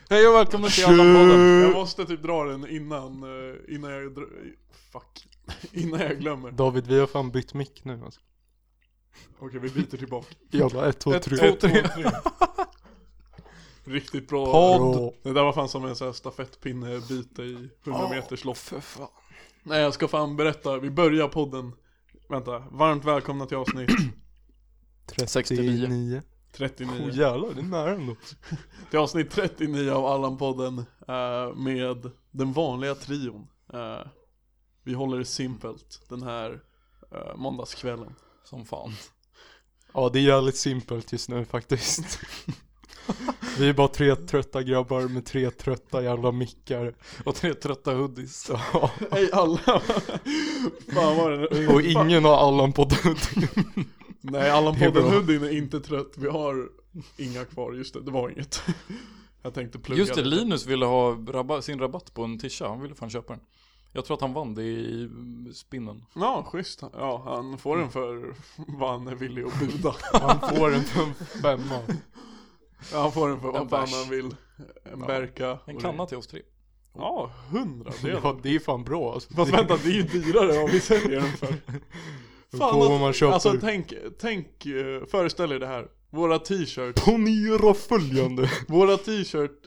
Hej och välkommen till Allan-podden. Jag måste typ dra den innan jag glömmer. David, vi har fan bytt mick nu alltså. Okej, vi byter tillbaka. Jävla 1, 2, 3. 1, 2, 3. Riktigt bra. Podd. Det där var fan som en sån här stafettpinne-byte i 100 meters lopp. För fan. Nej, jag ska fan berätta. Vi börjar podden. Vänta, varmt välkomna till avsnitt 39. 39. Jävlar, det är nära ändå. Till avsnitt 39 av Allan-podden med den vanliga trion. Vi håller det simpelt den här måndagskvällen. Som fan. Ja, det är jävligt simpelt just nu faktiskt. Vi är bara 3 trötta grabbar med 3 trötta jävla mickar. Och 3 trötta hoodies. Ja. Hej alla. Fan var det. Och ingen har Allan på hoodien. Nej, Allan-podden hoodien är inte trött. Vi har inga kvar, just det var inget. Jag tänkte plugga. Just det, lite. Linus ville ha sin rabatt på en tisha. Han ville fan köpa den. Jag tror att han vann det i spinnen. Ja, schysst. Ja, han får den för vad han är villig att buda. Han får den för 5. Ja, han får den för vad fan han vill. En berka. En kanna till oss 3. Ja, 100. Det är fan bra alltså. Fast vänta, det är ju dyrare vad vi säljer den för. Fan, man köper. Alltså tänk föreställ er det här. Våra t-shirts. Ponera följande. Våra t-shirt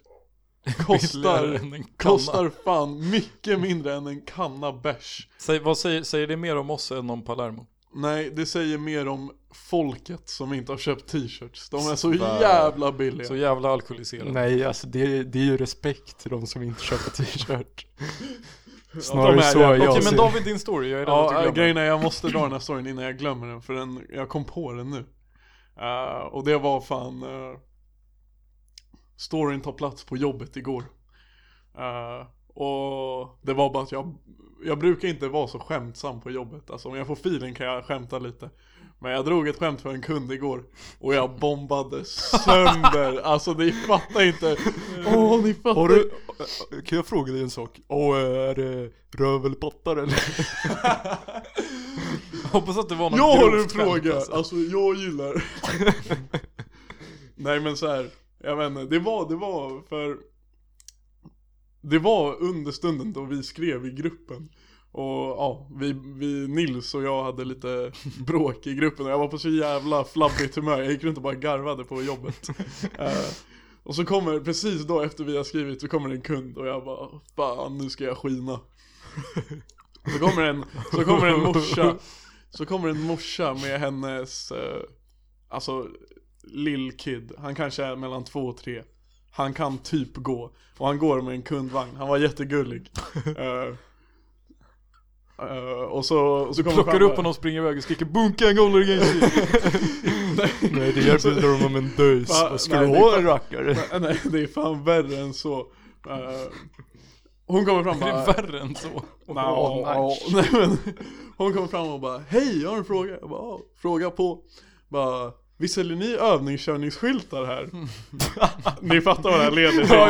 kostar fan mycket mindre än en kanna bärs. Säger det mer om oss än om Palermo? Nej, det säger mer om folket som inte har köpt t-shirts. De är så jävla billiga. Så jävla alkoholiserade. Nej, alltså det är ju respekt till de som inte köper t-shirt. Snarare ja, så jag Okej, men David, din story. Jag är ja, grejen är jag måste dra den här storyn innan jag glömmer den. För jag kom på den nu. Och det var fan storyn tar plats på jobbet igår. Och det var bara att jag brukar inte vara så skämtsam på jobbet. Alltså om jag får feeling kan jag skämta lite. Men jag drog ett skämt för en kund igår och jag bombade sönder. Alltså ni fattar inte. Ni fattar. Kan jag fråga dig en sak? Är det rövelpattar eller? Hoppas att det var något. Jag har en fråga. Alltså jag gillar. Nej men så här, jag vet inte, det var under stunden då vi skrev i gruppen. Och ja, vi Nils och jag hade lite bråk i gruppen. Och jag var på så jävla flabbigt humör. Jag gick runt och bara garvade på jobbet. Och så kommer, precis då efter vi har skrivit, så kommer en kund. Och jag bara, fan nu ska jag skina. Så kommer en morsa med hennes alltså lillkid. Han kanske är mellan 2 och 3. Han kan typ gå. Och han går med en kundvagn. Han var jättegullig. Och så kommer plockar upp honom och springer iväg och skriker bunka en gång Nej, det hjälper dem om en döjs. Vad ska du ha en rackare? Nej, det är fan värre än så. Hon kommer fram och bara, det är värre än så. Nej, men hon kommer fram och bara, hej, jag har en fråga. Jag bara, fråga på. Bara, visst säljer ni övningskörningsskyltar här? Ni fattar vad det här leder till.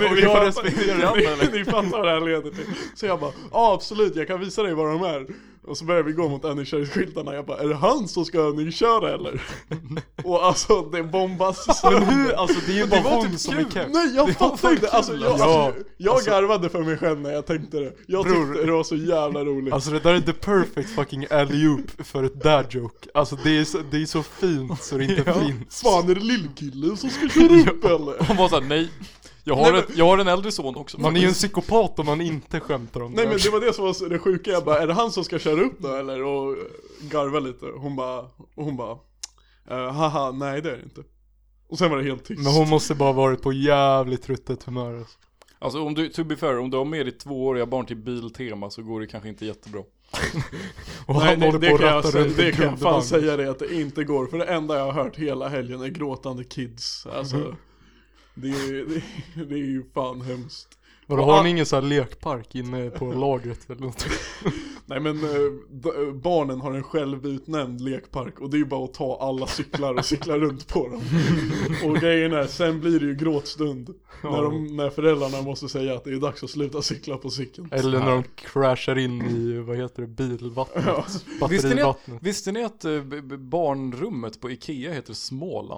Ni fattar vad det här leder till. Så jag bara, absolut, jag kan visa dig vad de är. Och så börjar vi gå mot övningskörningsskyltarna. Jag bara, är det han som ska övningsköra eller? Och alltså, det bombas. Men hur, alltså det är ju bara hon typ som är keff. Nej, jag fattar inte. Alltså, jag garvade för mig själv när jag tänkte det. Jag tyckte det var så jävla roligt. Alltså det där är the perfect fucking alley-oop för ett dad joke. Alltså det är så fint så det inte finns. Fan, är det lillkillen som ska köra upp eller? Hon var såhär, nej. Jag har en äldre son också. Man är ju en psykopat om man inte skämtar om det. Nej men det var det som var det sjuka. Jag bara, är det han som ska köra upp då eller? Och garva lite. Hon bara haha, nej det är det inte. Och sen var det helt tyst. Men hon måste bara varit på jävligt truttet humör. Alltså om du, to be fair, om du har med ditt 2-åriga barn till Biltema så går det kanske inte jättebra. Och nej, det kan jag fan säga det att det inte går. För det enda jag har hört hela helgen är gråtande kids. Alltså det är ju fan hemskt. Och då har ni ingen sån här lekpark inne på lagret eller något? Nej men barnen har en självutnämnd lekpark. Och det är ju bara att ta alla cyklar och cykla runt på dem. Och grejen är, sen blir det ju gråtstund när föräldrarna måste säga att det är dags att sluta cykla på cykeln. Eller när de crashar in i, vad heter det, bilvattnet. Visste ni att barnrummet på Ikea heter Småland?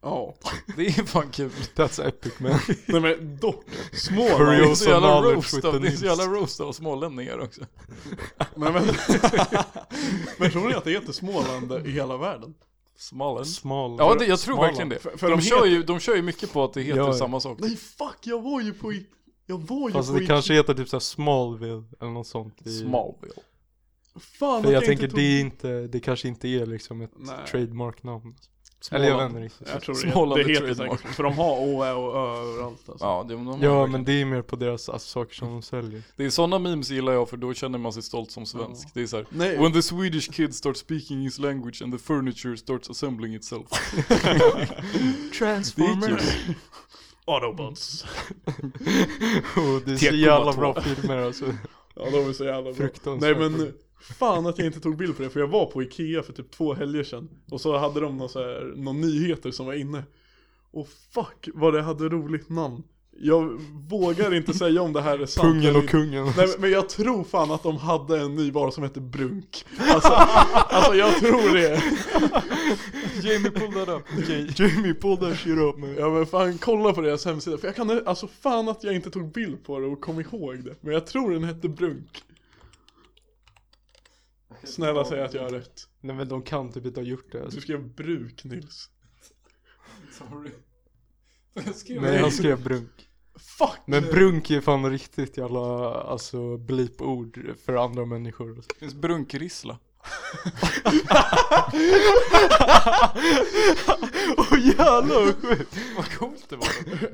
Ja. Det är fan kul. That's epic, man. Nej men dock, Småland. Det är Curiosa så jävla knowledge roast with av, the det är så Nils. jävla roast av smålänningar också. Men tror ni att det heter Småland i hela världen? Småland. Smal. Ja, jag tror Småland. verkligen det. För de kör ju mycket på att det heter Ja, ja. samma sak. Nej fuck, jag var ju på Alltså det kanske heter typ såhär Smallville eller något sånt. Smallville. Fan, För jag att tänker inte det är inte, det kanske inte är liksom ett Nej. trademark-namn. Eller jag vet inte riktigt. Jag tror Småland det är heter trademark. säkert. För de har Å, Ä och Ö överallt alltså. Ja, de har Ja, verkligen. men det är mer på deras saker som de säljer. Det är sådana memes gillar jag, för då känner man sig stolt som svensk. Det är så här: Nej. when the Swedish kid starts speaking his language and the furniture starts assembling itself. Transformers. Autobots. Det är så jävla bra filmer alltså. Ja, de är så jävla bra. Fruktansvärt. Nej men fan att jag inte tog bild på det. För jag var på Ikea för typ 2 helger sedan. Och så hade de någon nyheter som var inne. Och fuck vad det hade roligt namn. Jag vågar inte säga om det här är sant. Pungen och kungen. Nej men jag tror fan att de hade en ny vara som heter Brunk. Alltså jag tror det. Jamie pull that up. Jamie pull that shit up, man. Ja men fan kolla på deras hemsida. För jag kan, alltså fan att jag inte tog bild på det och kom ihåg det. Men jag tror den hette Brunk. Snälla säg att jag har rätt. Nej men de kan typ inte ha gjort det alltså. Du skrev Bruk, Nils. Sorry. Nej, han skrev brunk. Fuck! Men brunk är fan riktigt jävla, alltså, blip-ord för andra människor. Det finns brunkrissla. Jävlar vad sjukt. Vad coolt det var.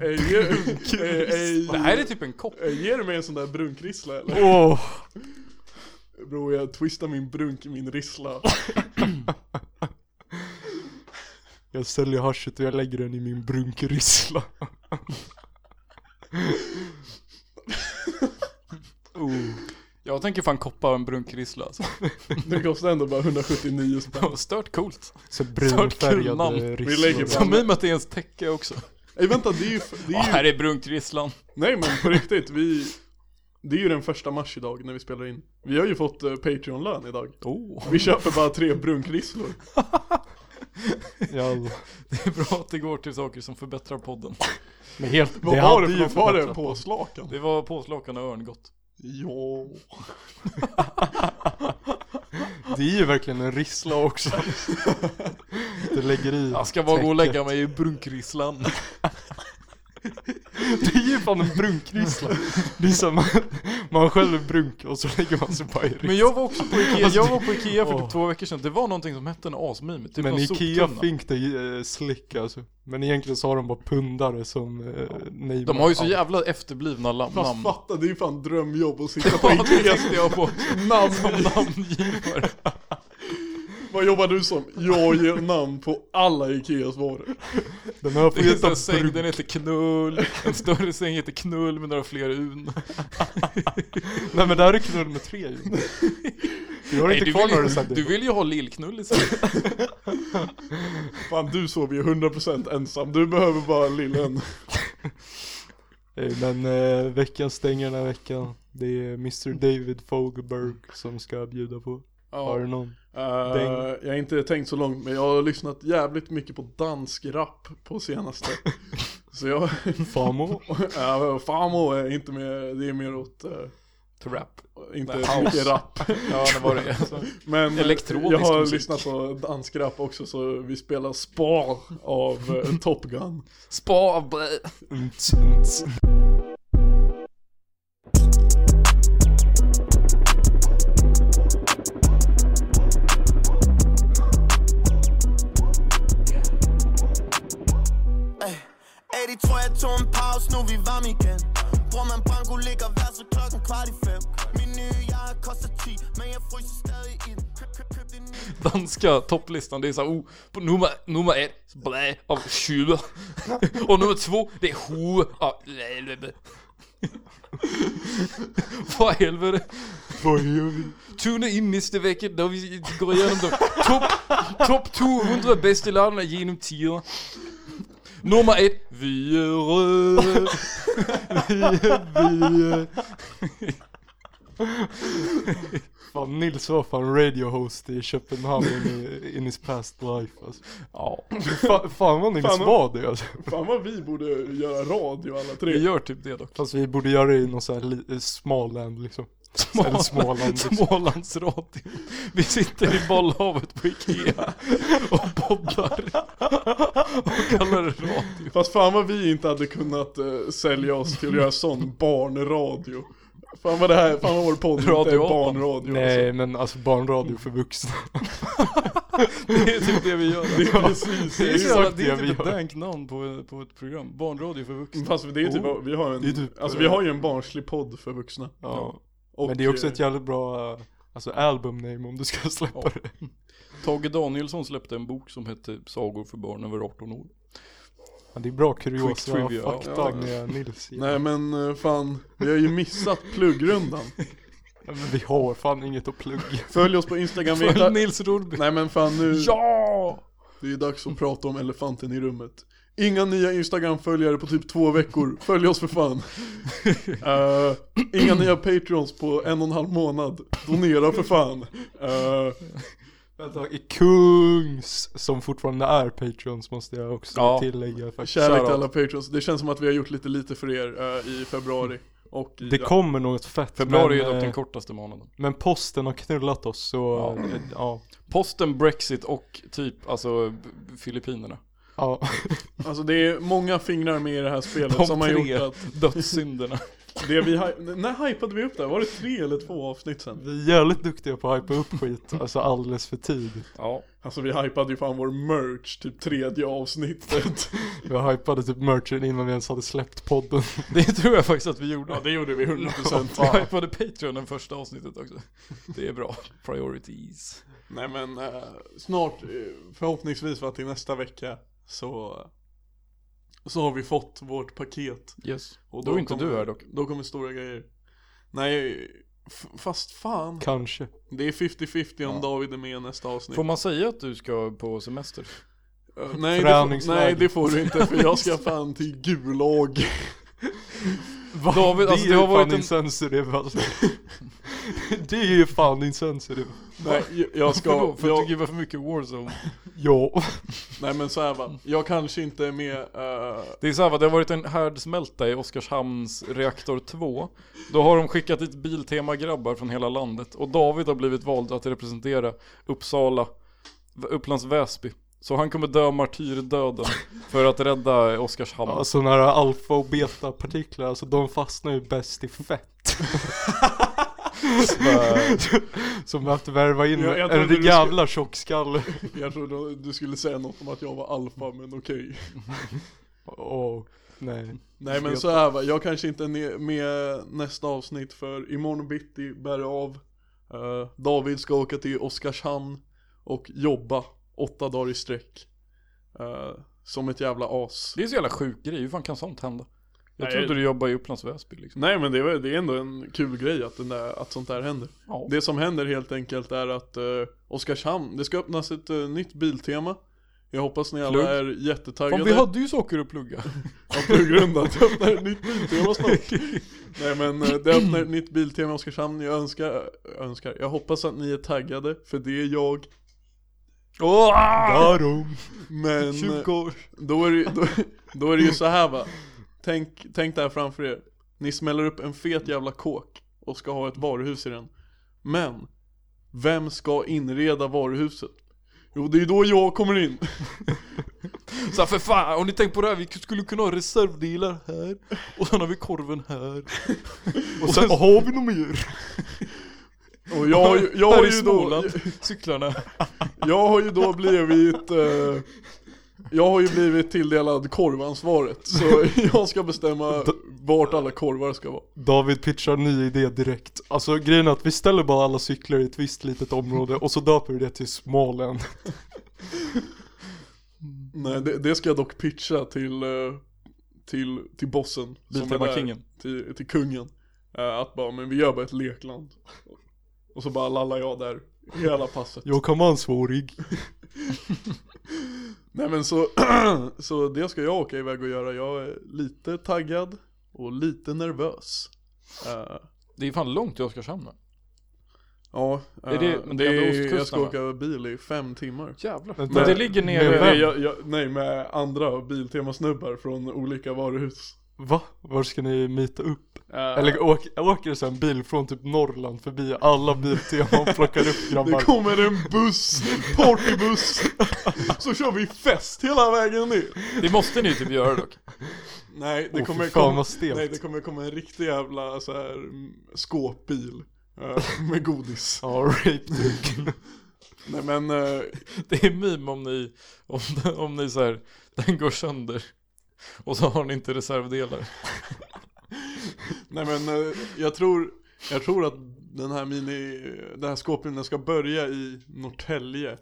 Det Det här är typ en kopp. Ger du mig en sån där brunkrissla eller? Åh. Bro, jag twistar min brunk i min rissla. Jag säljer haschet och jag lägger den i min brunkrissla. Jag tänker fan koppa en brunkrissla alltså. Det kostar ändå bara 179 spänn. Stört coolt. Så kul namn. brunfärgade Vi lägger risslor. Som i med att det är ens täcke också. Nej vänta, det är ju Ja, här är brunkrisslan. Nej men på riktigt, det är ju den 1 mars idag när vi spelar in. Vi har ju fått Patreon-lön idag. Vi köper bara 3 brunkrisslor. Jävlar. Det är bra att det går till saker som förbättrar podden. Men helt, Vad var det på slakan? Det var påslakan och örngott. Ja. Det är ju verkligen en rissla också. Du lägger i. Jag ska bara gå och lägga mig i brunkrisslan. Det är ju fan en brunkrissla. Det är som man själv är brunk och så lägger man sig bara i rissla. Men jag var också på Ikea. Jag var på Ikea för typ 2 veckor sedan. Det var någonting som hette en asmime. Typ men någon Ikea soptunna. fick det slick alltså. Men egentligen så har de bara pundare som nej. De har ju så jävla efterblivna Fast namn. fatta, det är ju fan drömjobb att sitta på Ja, det Ikea tänkte jag på. namn. Som namngivare. Vad jobbar du som? Jag ger namn på alla Ikeas varor. Den här får Det är heta en säng, brunk. den heter Knull. En större säng heter Knull med några fler un. Nej men det här är knull med 3 ju. Du har Nej, inte du kvar vill, några du vill ju ha lillknull i sig. Fan, du sover ju 100% ensam. Du behöver bara lillen. Men veckan stänger den här veckan. Det är Mr. David Fogelberg som ska bjuda på. Har du någon? Jag har inte tänkt så långt, men jag har lyssnat jävligt mycket på dansk rap på senaste. Så jag... Famo? Famo är inte mer, det är mer åt... Rap. Inte Nej, så mycket house. rap. Ja, det var det. Alltså. Men Elektronisk jag har musik. lyssnat på dansk rap också, så vi spelar Spa av Top Gun. Spa. Ey, de tror jeg tog en pause, nu vi varm igen. Bror man Branko ligger værelse 4:15. Min nye jakke koster 10, men jeg fryser stadig i den. Køb din nye. Danska topplistan, det är så här, på nummer 1 blä av 20. Och nummer 2 det är huvud av vad helvete. Vad gör vi? Tuna in nästa vecka då vi går igenom de top 200 bästa låtarna genom tider. Nummer 1, vi är röd. Fan, Nils var fan radio-host i Köpenhamn in his past life alltså. Ja. Fan vad Nils var det alltså. Fan vad vi borde göra radio alla tre. Vi gör typ det dock. Fast vi borde göra det i någon sån här Småland liksom. Eller Småland liksom. Smålandsradio. Vi sitter i bollhavet på Ikea och poddar och kallar det radio. Fast fan vad vi inte hade kunnat sälja oss till att göra sån barnradio. Fan vad vår podd inte är barnradio. Nej alltså. men alltså barnradio för vuxna. Det är typ det vi gör. Det är precis Det är, exakt det det är vi typ ett gör. dank namn på ett program. Barnradio för vuxna. Fast det är typ, vi har det är typ, vi har ju en barnslig podd för vuxna. Ja. Och, Men det är också ett jävligt bra alltså albumname om du ska släppa det. Tage Danielsson släppte en bok som hette Sagor för barn över 18 år. Ja, det är bra kuriosa Quick trivia, fakta ja. med Nils. Nej men fan, vi har ju missat pluggrundan. Men vi har fan inget att plugga. Följ oss på Instagram. Följ Nils Rudby. Nej men fan nu. Ja! Det är dags att prata om elefanten i rummet. Inga nya Instagram-följare på typ 2 veckor. Följ oss för fan. Inga nya Patreons på 1,5 månad. Donera för fan. Vänta, i Kungs som fortfarande är Patreons måste jag också tillägga faktiskt. Kärlek till alla Patreons. Det känns som att vi har gjort lite för er i februari. Och Det kommer något fett. Februari men, är dock den kortaste månaden. Men posten har knullat oss så ja. Posten, Brexit och typ alltså Filippinerna. Ja. Alltså det är många fingrar med i det här spelet De som har 3 gjort att dödssynderna. det när hypade vi upp det? Var det 3 eller 2 avsnitt sen? Vi är jävligt duktiga på att hypa upp skit. Alltså alldeles för tidigt. Ja. Alltså vi hypade ju fan vår merch typ 3:e avsnittet. Vi hypade typ merchen innan vi ens hade släppt podden. Det tror jag faktiskt att vi gjorde. Ja det gjorde vi 100%. Vi hypade Patreon den första avsnittet också. Det är bra. Priorities. Nej men snart, förhoppningsvis för att till nästa vecka så har vi fått vårt paket. Yes. Och då är inte du här dock. Då kommer stora grejer. Nej, fast fan. Kanske. Det är 50-50 om David är med nästa avsnitt. Får man säga att du ska på semester? Nej, det får du inte för jag ska fan till Gulag. David, alltså det har varit en insensitive alltså. Det är ju fan insensitive. Nej, jag ska för att du givar för mycket Warzone. Ja. Nej men så här va. Jag kanske inte är med Det är så här va, det har varit en härdsmälta i Oskarshamns reaktor 2. Då har de skickat ett Biltema-grabbar från hela landet. Och David har blivit vald att representera Upplands Väsby. Så han kommer dö martyrdöden för att rädda Oskarshamn. Ja, sådana här alfa- och beta-partiklar, alltså de fastnar ju bäst i fett. Som vi haft värva in en jävla tjockskalle. Jag trodde du skulle säga något om att jag var alfa, men okej. Nej. Nej men så här va, jag kanske inte är med nästa avsnitt för imorgon bitti bär av. David ska åka till Oskarshamn och jobba 8 dagar i sträck. Som ett jävla as. Det är så jävla sjuk grej, hur fan kan sånt hända? Jag Nej, trodde du jobbade i Upplands Väsby liksom. Nej men det är ändå en kul grej att sånt där händer. Ja. Det som händer helt enkelt är att Oskarshamn, det ska öppnas ett nytt Biltema. Jag hoppas ni alla är jättetaggade. Fan, vi hade ju saker att plugga. Ja, på grund av att det öppnar ett nytt Biltema snart. Nej men det öppnar ett nytt Biltema i Oskarshamn. Jag önskar. Jag hoppas att ni är taggade, för det är jag. Men då är det ju så här va. Tänk där framför er. Ni smäller upp en fet jävla kåk och ska ha ett varuhus i den. Men vem ska inreda varuhuset? Jo, det är då jag kommer in. Så för fan, om ni tänker på det här, vi skulle kunna ha reservdelar här. Och sen har vi korven här. Och sen har vi nog mer. Och jag har ju då cyklarna. Jag har ju då blivit jag har ju blivit tilldelad korvansvaret. Så jag ska bestämma vart alla korvar ska vara. David pitchar ny idé direkt. Alltså grejen är att vi ställer bara alla cyklar i ett visst litet område och så döper vi det till Småland. Nej, det ska jag dock pitcha till bossen. Biltema-kingen. Till kungen. Att bara, men vi gör bara ett lekland. Och så bara lallar jag där hela passet. Jag kan vara ansvarig. Nej men så det ska jag åka iväg och göra. Jag är lite taggad och lite nervös. Det är fan långt till Oskarshamn. Ja, Är det- men det är ändå ostkusten, jag ska va? åka bil i 5 timmar. Jävlar. Men Men det ligger nere... Nej, med andra Biltema-snubbar från olika varuhus. Va? Var ska ni meeta upp? Eller åker det så en bil från typ Norrland förbi alla Biltema och plockar upp grabbar? Det kommer en buss, partybuss. Så kör vi fest hela vägen ner. Det måste ni typ göra dock. Nej, det kommer fan vad stelt. Nej, det kommer komma en riktig jävla så här skåpbil med godis. Ja, rape. Nej men Det är meme om ni så här, den går sönder och så har ni inte reservdelar. nej men jag tror att den här skåpbilen ska börja i Norrtälje.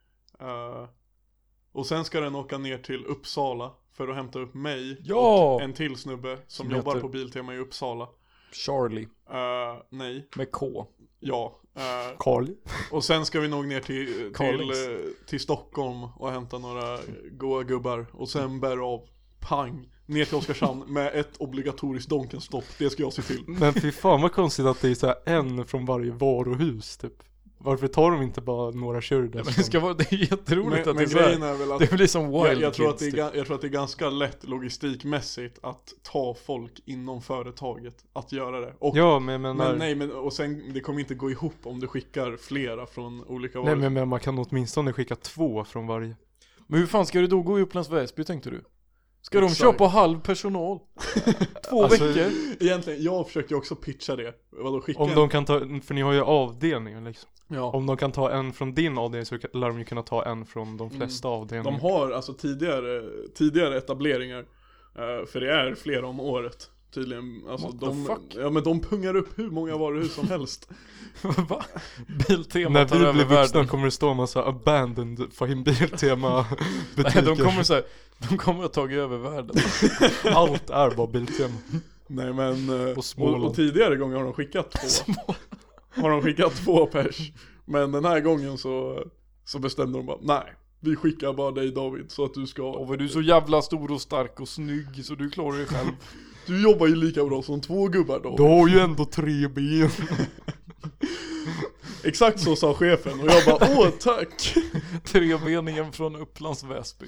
Och sen ska den åka ner till Uppsala för att hämta upp mig Ja! och en till snubbe som Som jobbar heter- på Biltema i Uppsala. Charlie Nej, med K. ja. Carl. Och sen ska vi nog ner Carlings. till Stockholm och hämta några goa gubbar. Och sen bära av pang ner till Oskarshamn med ett obligatoriskt Donkenstopp. Det ska jag se till. Men fy fan vad konstigt att det är så här en från varje varuhus typ. Varför tar de inte bara några körder? Men det är jätteroligt att Men det är så grejen här. är väl att Det blir som Wild jag tror att Kids, det är, jag tror att det är ganska lätt logistikmässigt att ta folk inom företaget att göra det. Och, Ja, men och sen det kommer inte gå ihop om du skickar flera från olika nej, varor. men man kan åtminstone skicka 2 från varje. Men hur fan ska det då gå i Upplands Väsby, tänkte du? Ska de Exakt. köra på halv personal? 2 Alltså, veckor? Egentligen, jag försökte ju också pitcha det. Vadå, skicka Om de kan ta, för ni har ju avdelningar liksom. Ja. Om de kan ta en från din avdelning så lär de ju kunna ta en från de flesta avdelningar. De har alltså tidigare etableringar. För det är flera om året. Tydligen, alltså What the fuck? ja men de pungar upp hur många varuhus som helst. Va? Biltema När tar vi över blir vuxna världen. kommer det stå en massa abandoned fucking Biltema butiker. Nej, de kommer att ta över världen. Allt är bara Biltema. Nej men Och Småland. och tidigare gånger har de skickat 2. Har de skickat 2 pers. Men den här gången så bestämde de bara, nej, vi skickar bara dig David så att du ska. Och var du så jävla stor och stark och snygg så du klarar dig själv. Du jobbar ju lika bra som 2 gubbar då. Du har ju ändå 3 ben. Exakt så sa chefen och jag bara, åh tack. Trebeningen från Upplands Väsby.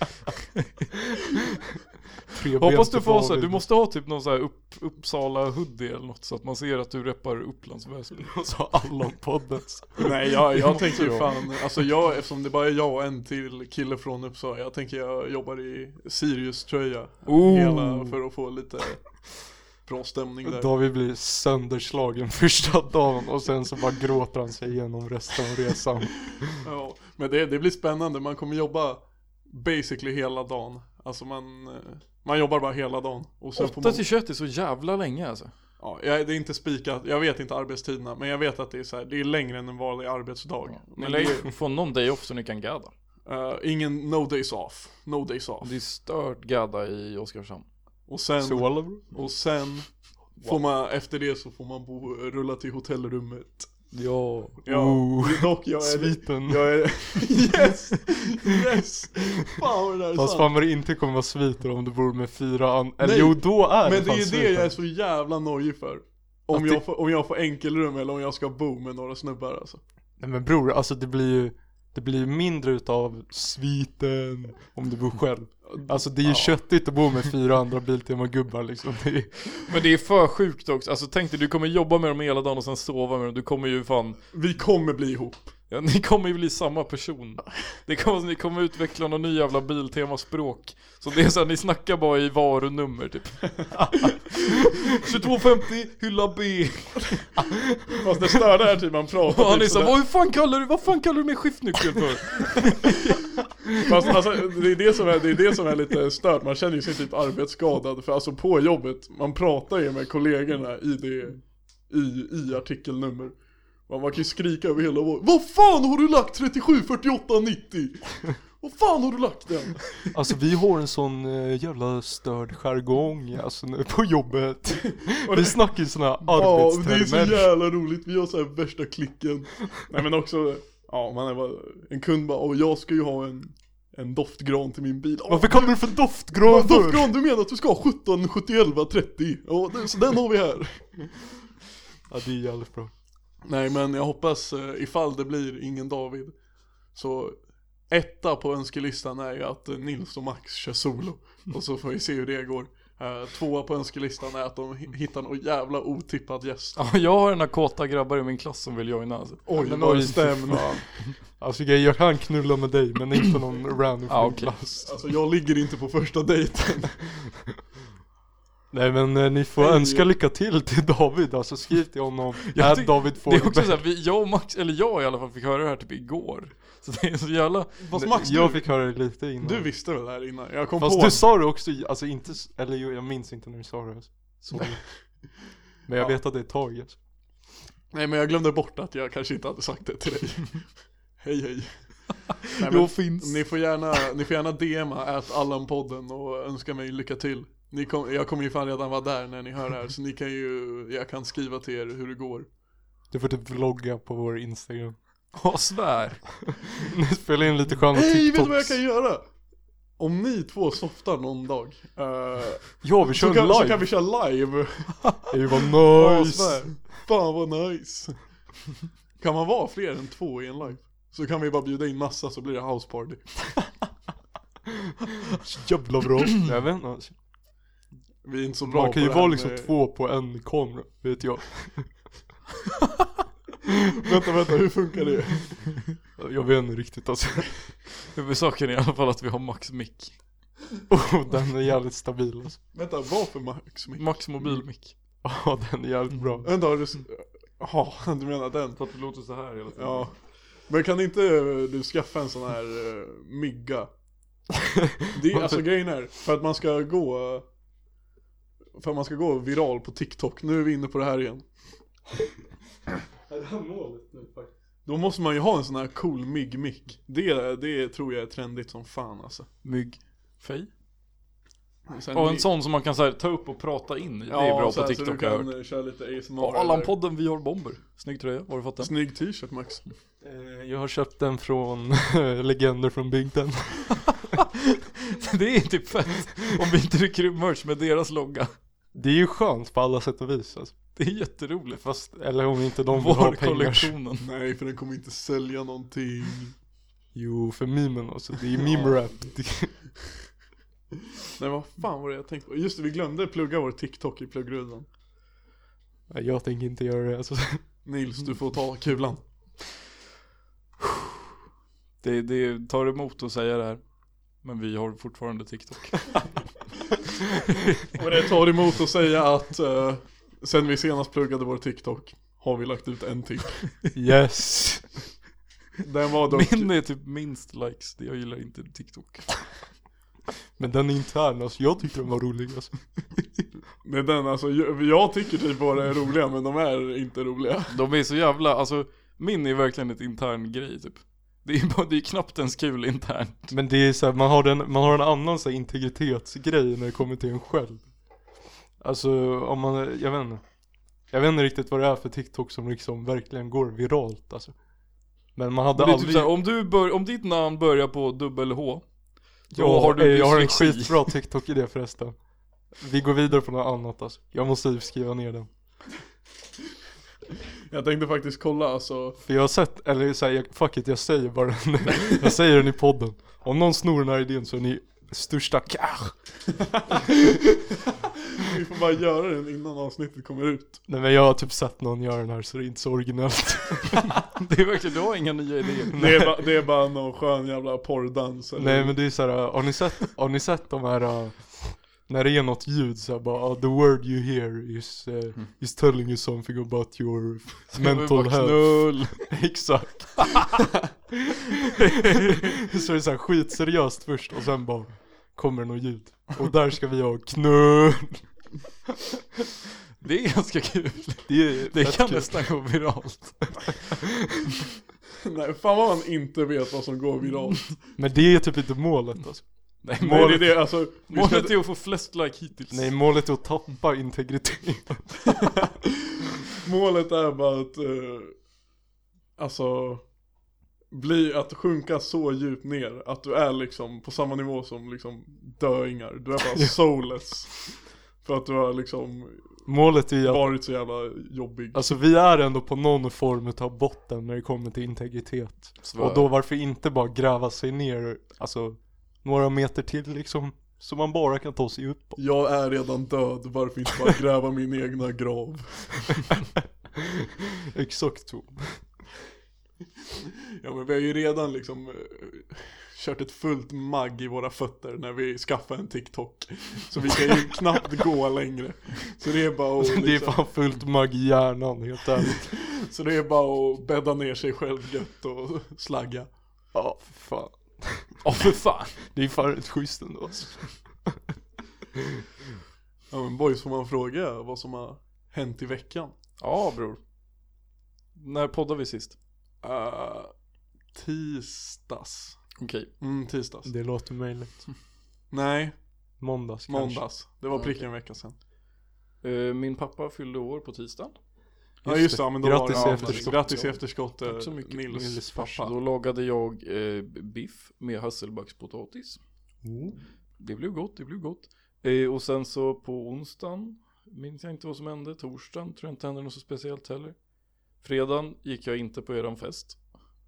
3 ben Hoppas du till får så, David. du måste ha typ någon så här Uppsala hoodie eller något så att man ser att du reppar Upplands Väsby. Och så alla podden. Nej, jag tänker ju jag. fan, alltså eftersom det bara är jag och en till kille från Uppsala, jag tänker jag jobbar i Sirius-tröja hela för att få lite bra stämning där. David blir sönderslagen första dagen och sen så bara gråter han sig igenom resten av resan. Ja, men det blir spännande, man kommer jobba basically hela dagen. Alltså man jobbar bara hela dagen. Och sen får 8 man, till 21 är så jävla länge alltså. ja, det är inte spikat, jag vet inte arbetstiderna, men jag vet att det är så här, det är längre än en vanlig arbetsdag. Men lägg få någon day off så ni kan gadda. Ingen no days off. No days off. Det är stört gadda i Oskarshamn. Och sen Så får man, efter det så får man rulla till hotellrummet. Ja. Ja, dock jag är sviten. jag är yes. Fan vad det där är Fast sant. fan vad det inte kommer vara sviter om du bor med 4 eller Nej, jo då är Men det fan är sviten. det jag är så jävla nojig för. Om Att jag får enkelrum eller om jag ska bo med några snubbar alltså. Nej men bror, alltså det blir ju mindre utav sviten om du bor själv. Alltså det är ju köttigt att bo med 4 andra Biltema-gubbar liksom. Men det är för sjukt också. Alltså tänk dig, du kommer jobba med dem hela dagen och sen sova med dem. Du kommer ju fan... Vi kommer bli ihop. Ja, ni kommer ju bli samma person. Ni kommer utveckla någon ny jävla Biltema-språk. Så det är så här, ni snackar bara i varunummer typ. 2250, hylla B. Fast det störda är typ man pratar Och han är typ så sådär. här, vad fan kallar du mig skiftnyckel för? Fast alltså, det är det som är lite stört. Man känner ju sig typ arbetsskadad. För alltså på jobbet, man pratar ju med kollegorna i artikelnummer. Man kan ju skrika över hela vår. Vad fan har du lagt 374890? Vad fan har du lagt den? Alltså vi har en sån jävla störd jargong alltså nu på jobbet. Vi snackar ju såna här Ja, det är arbetstermer. så jävla roligt. Vi har så här värsta klicken. Nej men också, ja man är bara, en kund bara, och jag ska ju ha en doftgran till min bil. Varför kallar du för doftgran för? Doftgran, du menar att du ska ha 17, 70, 11, 30? Ja, så den har vi här. Ja, det är jävligt bra. Nej, men jag hoppas ifall det blir ingen David, så etta på önskelistan är ju att Nils och Max kör solo. Och så får vi se hur det går. Tvåa på önskelistan är att de hittar någon jävla otippad gäst. Ja, jag har några kåta grabbar i min klass som vill joina alltså. Oj, Men vad oj, stämmer. Alltså jag kan knulla med dig, men inte någon random från okej. klass. Alltså jag ligger inte på första dejten. Nej, men ni får önska lycka till David. Alltså skriv till honom. David får det är också så här, jag och Max, eller jag i alla fall, fick höra det här typ igår. Så det är så jävla... Fast Max, jag fick höra det lite innan. du visste väl det här innan? Jag kom Fast på. du sa det också, alltså inte, eller jag minns inte när du sa det alltså. Så. Men jag vet att det är ett tag alltså. Nej, men jag glömde bort att jag kanske inte hade sagt det till dig. hej. Nej, men Jag finns. Ni får gärna DMa @allanpodden och önska mig lycka till. Jag kommer ju fan redan vara där när ni hör det här, så jag kan skriva till er hur det går. Du får typ vlogga på vår Instagram. Svär. Ni spelar in lite sköna Hej, TikToks. vet du vad jag kan göra? Om ni två softar någon dag, Ja, vi kör live. så kan vi köra live. Det var nice. Svär. Fan vad nice. Kan man vara fler än 2 i en live? Så kan vi bara bjuda in massa, så blir det house party. Jävla bra. Jag vet inte alltså. Vi är inte så bra. Man kan ju på det vara här liksom med... 2 på en kamera, vet jag. Vänta, hur funkar det? Jag vet inte riktigt alltså. Huvudsaken är i alla fall att vi har Max mick. Den är jävligt stabil alltså. Vänta, vad för Max? Max mobilmick. Ja, den är jävligt bra. Vänta, har du... Jaha, du menar den? För att det låter så här hela tiden. Ja. Men kan inte du skaffa en sån här mygga? Det är alltså grejen är, för att man ska gå viral på TikTok. Nu är vi inne på det här igen. Är det här målet nu faktiskt? Då måste man ju ha en sån här cool mygg-mick. Det tror jag är trendigt som fan alltså. Mygg. Fej. Sen Och en sån som man kan så här, ta upp och prata in i. Det är bra så på här, TikTok. så du kan köra lite ASMR. Och Allan-podden, vi har bomber. Snygg tröja, var har du fått den? Snygg t-shirt, Max. Jag har köpt den från Legender från bygden. Det är typ fett. Om vi inte rycker upp merch med deras logga. Det är ju skönt på alla sätt och vis alltså. Det är jätteroligt. Fast, eller om inte de vill ha pengar. kollektionen. Nej, för den kommer inte sälja någonting. Jo, för memen alltså. Det är meme-rap. Nej, vad fan var det jag tänkte på? Just det, vi glömde plugga vår TikTok i pluggrundan. Jag tänker inte göra det alltså. Nils, du får ta kulan. Det tar emot att säga det här. Men vi har fortfarande TikTok. Och det tar emot att säga att sen vi senast pluggade vår TikTok har vi lagt ut en till. Yes. Den var dock... Min är typ minst likes. Jag gillar inte TikTok. Men den är intern alltså. Jag tyckte den var rolig alltså. Men den alltså, jag tycker typ bara är roliga, men de är inte roliga. De är så jävla, alltså min är verkligen ett intern grej typ. Det är knappt ens kul internt. Men det är så här, man har en annan så här, integritetsgrej när det kommer till en själv. Alltså om man, jag vet inte riktigt vad det är för TikTok som liksom verkligen går viralt alltså. Men man hade det är aldrig... typ såhär, om ditt namn börjar på dubbel H. Ja, har du jag har en dyslexi. skitbra TikTok i det förresten. Vi går vidare på något annat alltså. Jag måste skriva ner den. Jag tänkte faktiskt kolla alltså. För jag har sett, eller så här, fuck it, jag säger bara den. Jag säger den i podden. Om någon snor den här idén så är ni största kach. Vi får bara göra den innan avsnittet kommer ut. Nej, men jag har typ sett någon göra den här, så det är inte så originellt. Det är verkligen, du har inga nya idéer. Det är bara någon skön jävla porrdans eller? Nej, men det är så här, har ni sett de här när det är något ljud så här, bara the word you hear is telling you something about your mental health. Exakt. Så är det så här skitseriöst först och sen bara kommer det något ljud. Och där ska vi ha knull. Det är ganska kul. Det kan kul. nästan gå viralt. Nej, fan vad man inte vet vad som går viralt. Men det är typ inte målet alltså. Nej, Nej, det är alltså, målet är att få flest like hittills. Nej, målet är att tappa integritet. målet är bara att alltså att sjunka så djupt ner att du är liksom på samma nivå som liksom döingar. Du är bara soulless. För att du har liksom Målet är ju att, varit så jävla jobbig. alltså vi är ändå på någon form av botten när det kommer till integritet. Svär. Och då varför inte bara gräva sig ner, alltså några meter till liksom, så man bara kan ta sig upp. Jag är redan död, varför inte bara gräva min egna grav? Exakt så. Ja, men vi har ju redan liksom kört ett fullt magg i våra fötter när vi skaffade en TikTok. Så vi kan ju knappt gå längre. Så det är bara att, Det är fan fullt mag i hjärnan, helt ärligt. så det är bara att bädda ner sig själv gött och slagga. Ja, för fan. Ja, för fan. Det är fan rätt schysst ändå alltså. Ja, men boys, får man fråga vad som har hänt i veckan? Ja, bror. När poddade vi sist? Tisdags. Okej. Tisdags. Det låter möjligt. Nej, Måndags kanske. måndags. Det var prick en vecka sedan. Min pappa fyllde år på tisdag. Ja just det, ja, men då Grattis var i det, efterskott. Grattis i efterskott, Tack så mycket. Nils pappa. Då lagade jag biff med hasselbackspotatis. Oh. Det blev gott, det blev gott. Och sen så på onsdagen minns jag inte vad som hände. Torsdagen tror jag inte hände något så speciellt heller. Fredagen gick jag inte på eran fest.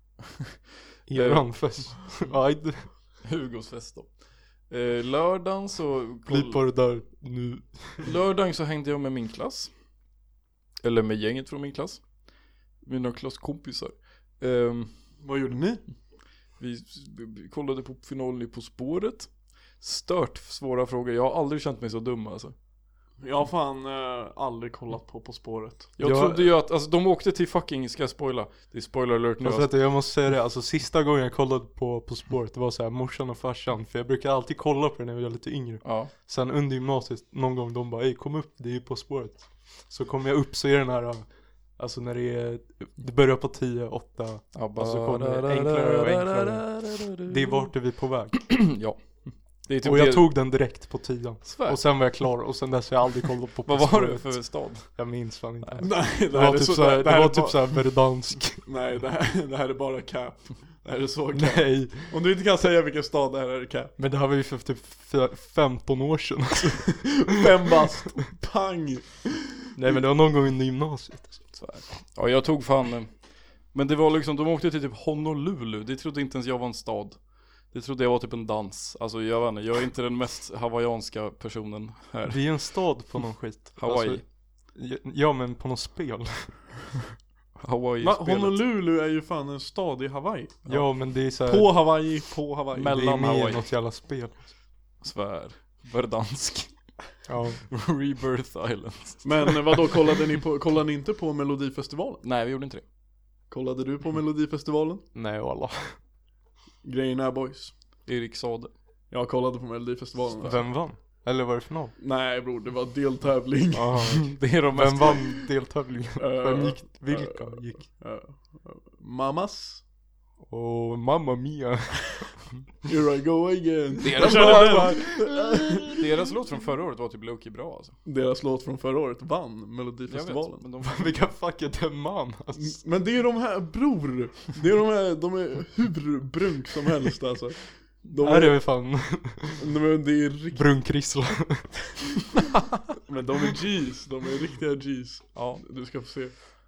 Eran fest. Aj, Hugos fest då. Lördagen så klipp på det där nu. Lördagen så hängde jag med min klass. Eller med gänget från min klass. Mina klasskompisar. Vad gjorde ni? Vi kollade på finalen i På spåret. Stört svåra frågor. Jag har aldrig känt mig så dum alltså. Jag har fan aldrig kollat på spåret. Jag trodde ju att, alltså de åkte till fucking, ska jag spoila? Det är spoiler alert nu alltså. Jag måste säga det, alltså sista gången jag kollade på spåret, det var så här morsan och farsan. För jag brukar alltid kolla på det när jag var lite yngre. Ja. Sen under gymnasiet, någon gång de bara, kom upp, det är På spåret. Så kom jag upp, så är den här, alltså när det börjar på 10, 8, och så kommer det enklare och enklare. Det är vart är vi på väg. Ja. Det är typ Och jag det... tog den direkt på 10. Svär. Och sen var jag klar, och sen dess har jag aldrig kollat på Vad var spåret. det för stad? Jag minns fan inte. Nej, Det var typ så här, det var typ så här Verdansk. Nej, det här är bara cap. Det här är så cap. Nej, Om du inte kan säga vilken stad det här är cap. men det här var ju för typ 15 år sedan alltså. 5 bast. Pang. Nej, men det var någon gång under gymnasiet. Svär. Ja, jag tog fan. Men det var liksom, de åkte till typ Honolulu. Det trodde inte ens jag var en stad. Det trodde jag var typ en dans. Alltså jag vet inte, jag är inte den mest hawaiianska personen här. Det är en stad på någon skit. Hawaii. Alltså, ja, men på något spel. Hawaii-spelet. Honolulu är ju fan en stad i Hawaii. Ja, men det är så här, På Hawaii. Mellan det är med Hawaii. i något jävla spel. Svär. Verdansk. Ja. Rebirth Islands. Men vadå, kollade ni inte på Melodifestivalen? Nej, vi gjorde inte det. Kollade du på Melodifestivalen? Nej, alla. Grejen är boys. Erik Sade. Jag kollade på Melodifestivalen. Vem vann? Eller var det final? Nej bror, det var deltävling. Ja. Det är de mest... Vem vann deltävlingen? Vem gick? Vilka gick? Mamas. Och Mamma Mia. Here I go again. Deras låt från förra året var typ low-key bra alltså. Deras låt från förra året vann Jag vet, Melodifestivalen. men de... Vilka fuck är den man? Alltså. Men det är de här, bror. Det är de här, de är hur brunk som helst alltså. De Är det väl fan men det är riktigt. brunkrissla? Men de är G's, de är riktiga G's. Ja. Du ska få se.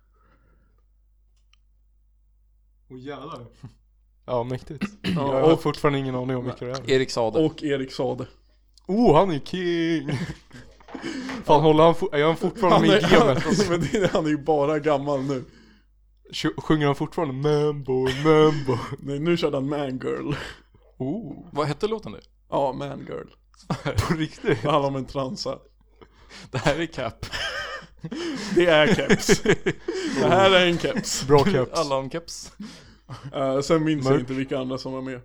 Åh jävlar. Ja, mäktigt. Ja, Jag har och- fortfarande ingen aning om vilka det är. Erik Sade. Och Erik Sade. Han är king! Fan, håller är han fortfarande med i gamet? Alltså. Men han är ju bara gammal nu. Sjunger han fortfarande Mambo, Mambo? Nej, nu körde han Man Girl. Vad hette låten nu? Ja, Man Girl. På riktigt? Det handlar om en transa. Det här är Cap. Det är keps. Det här är en keps. Bra caps. Alla om keps. Sen minns jag Mörk. inte vilka andra som var med.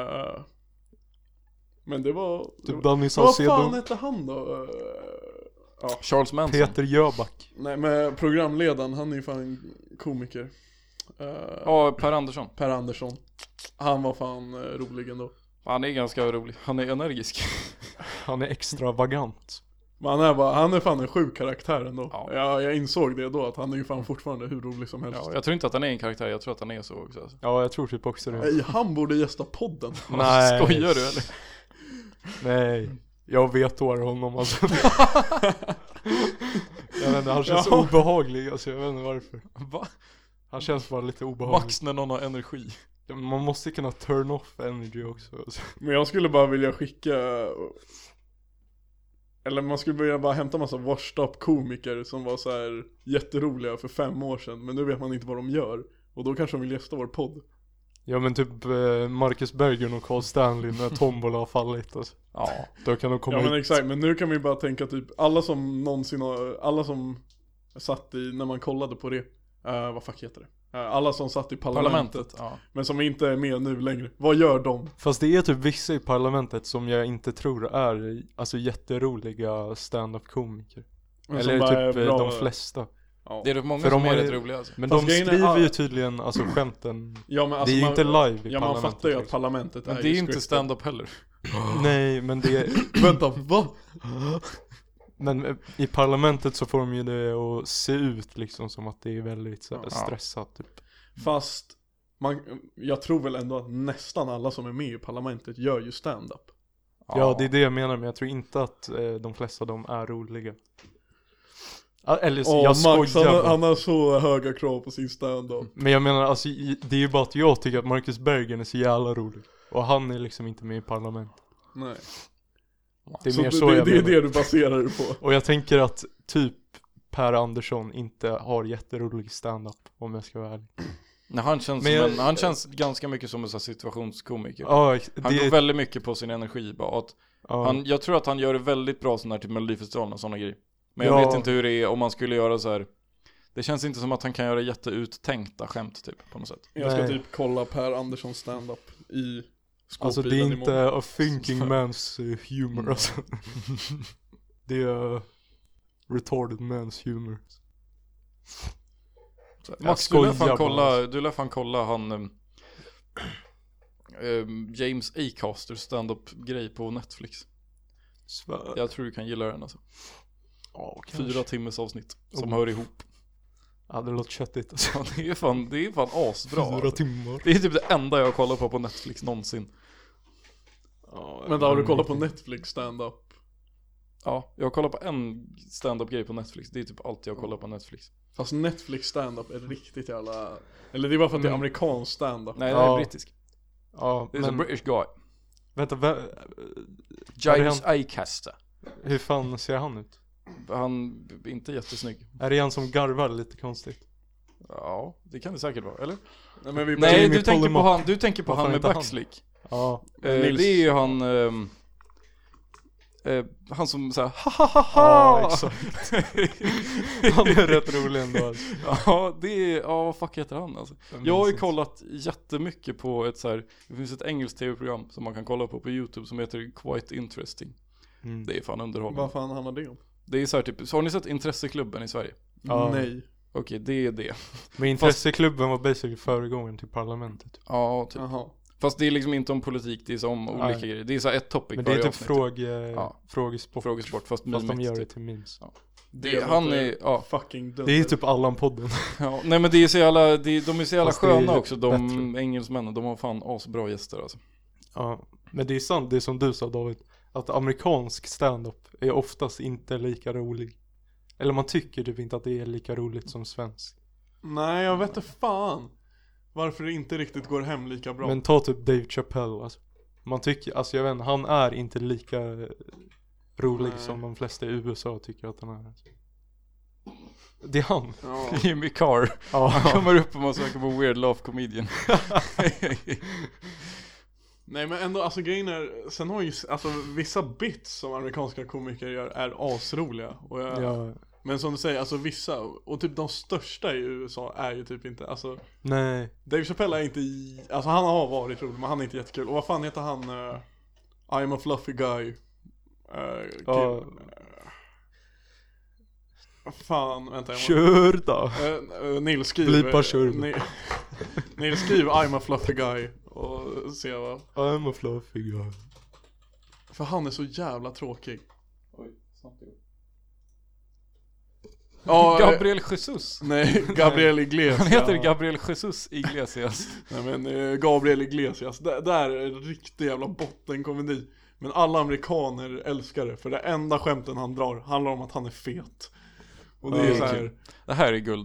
Men det var... Typ Danny Vad Saucedo. fan hette han då? Charles Manson. Peter Jöback. Nej, men programledaren, han är ju fan en komiker. Ja, Per Andersson. Per Andersson. Han var fan rolig ändå. Han är ganska rolig. Han är energisk. Han är extravagant. Men han är fan en sjuk karaktär ändå. Ja. Jag insåg det då, att han är ju fan fortfarande hur rolig som helst. Ja, jag tror inte att han är en karaktär, jag tror att han är så också alltså. Ja, jag tror typ också det. Nej, han borde gästa podden. Nej. Skojar du eller? Nej, jag vet honom alltså. Jag vet inte, han känns Ja. obehaglig, alltså jag vet inte varför. Va? Han känns bara lite obehaglig. Max när någon har energi. Man måste kunna turn off energy också alltså. Men jag skulle bara vilja skicka, eller man skulle vilja bara hämta massa washed up komiker som var så här jätteroliga för 5 år sedan, men nu vet man inte vad de gör. Och då kanske de vill gästa vår podd. Ja men typ Marcus Berggren och Carl Stanley när Tombola har fallit alltså. Ja. Då kan de komma Ja men hit. exakt, men nu kan vi bara tänka typ alla som någonsin har, alla som satt i, när man kollade på det, vad fuck heter det? Alla som satt i parlamentet, Ja. men som inte är med nu längre. Vad gör de? Fast det är typ vissa i parlamentet som jag inte tror är alltså jätteroliga stand-up komiker. Men Eller som bara är typ bra. de flesta. Ja. Det är rätt många För som de är har- rätt roliga alltså. Men Fast de grejen är- skriver ju tydligen alltså skämten. Ja, men alltså det är ju inte live i ja, man parlamentet. fattar ju att liksom. parlamentet Men är det är ju inte scripted. stand-up heller. Nej men det är, Vänta, va? men i parlamentet så får de ju det att se ut liksom som att det är väldigt så här, Ja. stressat typ. Fast jag tror väl ändå att nästan alla som är med i parlamentet gör ju stand-up. Ja det är det jag menar, men jag tror inte att de flesta av dem är roliga. Eller jag Max, skojar bara. han har så höga krav på sin stand-up. Men jag menar alltså det är ju bara att jag tycker att Marcus Berggren är så jävla rolig. Och han är liksom inte med i parlament. Nej. Det är Så mer det, så det, jag det är menar. det du baserar det på. Och jag tänker att typ Per Andersson inte har jätterolig stand-up, om jag ska vara ärlig. Nej, han känns, Men som jag- han känns ganska mycket som en sån här situationskomiker. Ja, Han går det, väldigt mycket på sin energi bara. Att ja. jag tror att han gör det väldigt bra sån här typ Melodifestivalen och såna grejer. Men jag Ja. vet inte hur det är om man skulle göra så här. Det känns inte som att han kan göra jätteuttänkta skämt typ på något sätt. Jag ska Nej. typ kolla Per Andersson stand-up i Alltså det är skåpbilen inte imorgon. a thinking man's humor alltså. Det är retarded man's humor. Så, Jag Max, du lär skojar bara. fan kolla han James Acaster stand-up-grej på Netflix. Svär. Jag tror du kan gilla den alltså. Ja, kanske. 4 timmars avsnitt som Oh. hör ihop. Ja, det låter köttigt alltså. Ja, det är fan asbra 4 alltså. timmar. Det är typ det enda jag kollar på Netflix någonsin. Ja, Men då har du kollat på Netflix stand-up? Ja, jag kollar på en stand-up-grej på Netflix. Det är typ allt jag kollar på Netflix. Fast Netflix stand-up är riktigt jävla... Eller det är bara för att det är amerikansk stand-up. Nej, det Ja. är brittisk. Ja, Det är en men British guy. vänta, James Acaster. hur fan ser han ut? Han är inte jättesnygg. Är det han som garvar lite konstigt? Ja, det kan det säkert vara, eller? Nej, men vi Nej, Jamie du tänker på Pollock. du tänker på Vad fan han med heter han? backslick. Ja, Nils. Det är ju han han som såhär ha ha ha ja ha. exakt. Han är rätt rolig ändå alltså. Ja, det är, ja vad fuck heter han alltså? Jag har ju kollat jättemycket på ett så här. Det finns ett engelskt tv-program som man kan kolla på YouTube som heter Quite Interesting. Mm. Det är fan underhållande. Vad fan handlar det om? Det är så här typ, så har ni sett Intresseklubben i Sverige? Ja. Nej. Okej, det är det. Men intresseklubben var basically föregångaren till parlamentet. Ja, typ. Jaha. Fast det är liksom inte om politik, det är så om olika Nej. grejer. Det är så här ett topic Men det är varje typ avsnitt. frågesport. Frågesport, fast Fast de mimigt, gör det typ. till memes. Han är, ja. Fucking dunder. Det är typ Allan-podden. Ja, nej men det är så jävla, de är så jävla Fast det är sköna också, de bättre. engelsmännen, de har fan asbra gäster alltså. Ja, men det är sant, det är som du sa David, att amerikansk stand-up är oftast inte lika rolig. Eller man tycker typ inte att det är lika roligt som svensk. Nej, jag vet inte fan varför det inte riktigt går hem lika bra. Men ta typ Dave Chappelle alltså. Man tycker, alltså jag vet inte, han är inte lika rolig Nej. som de flesta i USA tycker att han är alltså. Det är han. Ja. Jimmy Carr, Ja, han kommer upp och man söker på Weird Laugh Comedian. Nej men ändå, alltså grejen är, sen har ju, alltså vissa bits som amerikanska komiker gör är asroliga. Och ja, men som du säger, alltså vissa, och typ de största i USA är ju typ inte, alltså nej. Dave Chappelle är inte alltså han har varit rolig men han är inte jättekul. Och vad fan heter han, I'm a fluffy guy. Ja. Fan, vänta. Kör då. Nils skriver Blipa kör. Nils skriver I'm a fluffy guy. Och se vad. I'm a fluffy guy. För han är så jävla tråkig. Oj, snart det går. Ja, Gabriel Jesus. nej, Gabriel Iglesias. Han heter Gabriel Jesus Iglesias. Nej men Gabriel Iglesias, där är en riktig jävla bottenkomedi. Men alla amerikaner älskar det, för det enda skämten han drar handlar om att han är fet. Och det är så här. Det här är guld.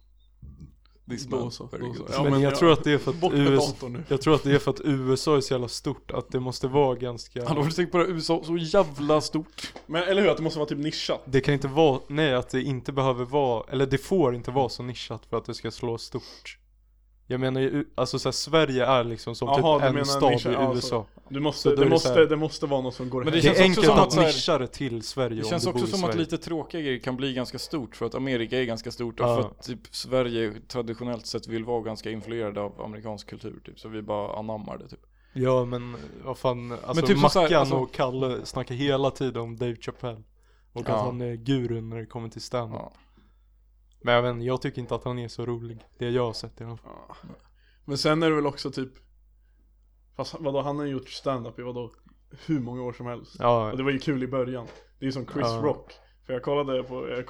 Då så. Ja, men jag tror att det är för att bort med datorn nu. jag tror att det är för att USA är så jävla stort att det måste vara ganska... Hallå, har du tänkt på det? USA så jävla stort. Men eller hur, att det måste vara typ nischat. Det kan inte vara, nej, att det inte behöver vara, eller det får inte vara så nischat för att det ska slå stort. Jag menar ju, alltså så här, Sverige är liksom som Aha, typ en stad i USA. Det måste vara något som går Men hem. Det är enkelt som att så här, nischa det till Sverige. det om känns du bor också i som att Sverige. lite tråkiga grejer kan bli ganska stort för att Amerika är ganska stort och Ja. för att typ Sverige traditionellt sett vill vara ganska influerade av amerikansk kultur typ, så vi bara anammar det typ. Ja, men vad fan, alltså Men typ så Mackan här, alltså- och Kalle snackar hela tiden om Dave Chappelle. Och Ja. att han är gurun när det kommer till stand. Ja. Men jag tycker inte att han är så rolig. Det jag har sett i alla fall. Ja. Men sen är det väl också typ, fast vadå, han har ju gjort stand-up i vadå, hur många år som helst. Ja, Och det var ju kul i början. Det är ju som Chris Ja. Rock. För jag kollade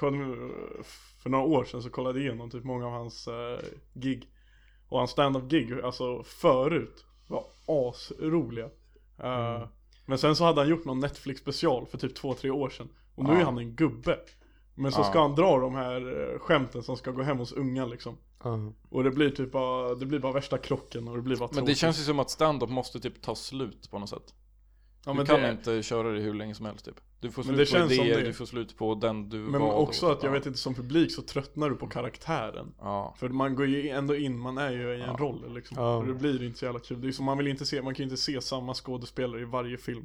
för några år sedan, så kollade jag igenom typ många av hans gig. Och hans stand-up gig, alltså förut, var asroliga. Men sen så hade han gjort någon Netflix special för typ 2-3 år sedan. Och nu är han en gubbe. Men så ska han dra de här skämten som ska gå hem hos unga liksom. Och det blir typ bara värsta krocken och det blir bara Men det tråkigt. känns ju som att stand-up måste typ ta slut på något sätt. Ja, Du men kan det, inte köra det hur länge som helst typ. Du får Men slut det på känns som idéer, det. du får slut på den du men var också då. att jag vet inte, som publik så tröttnar du på karaktären. Ja. För man går ju ändå in, man är ju i en roll liksom. Ja. Och det blir inte så jävla kul. Det är som man kan ju inte se samma skådespelare i varje film.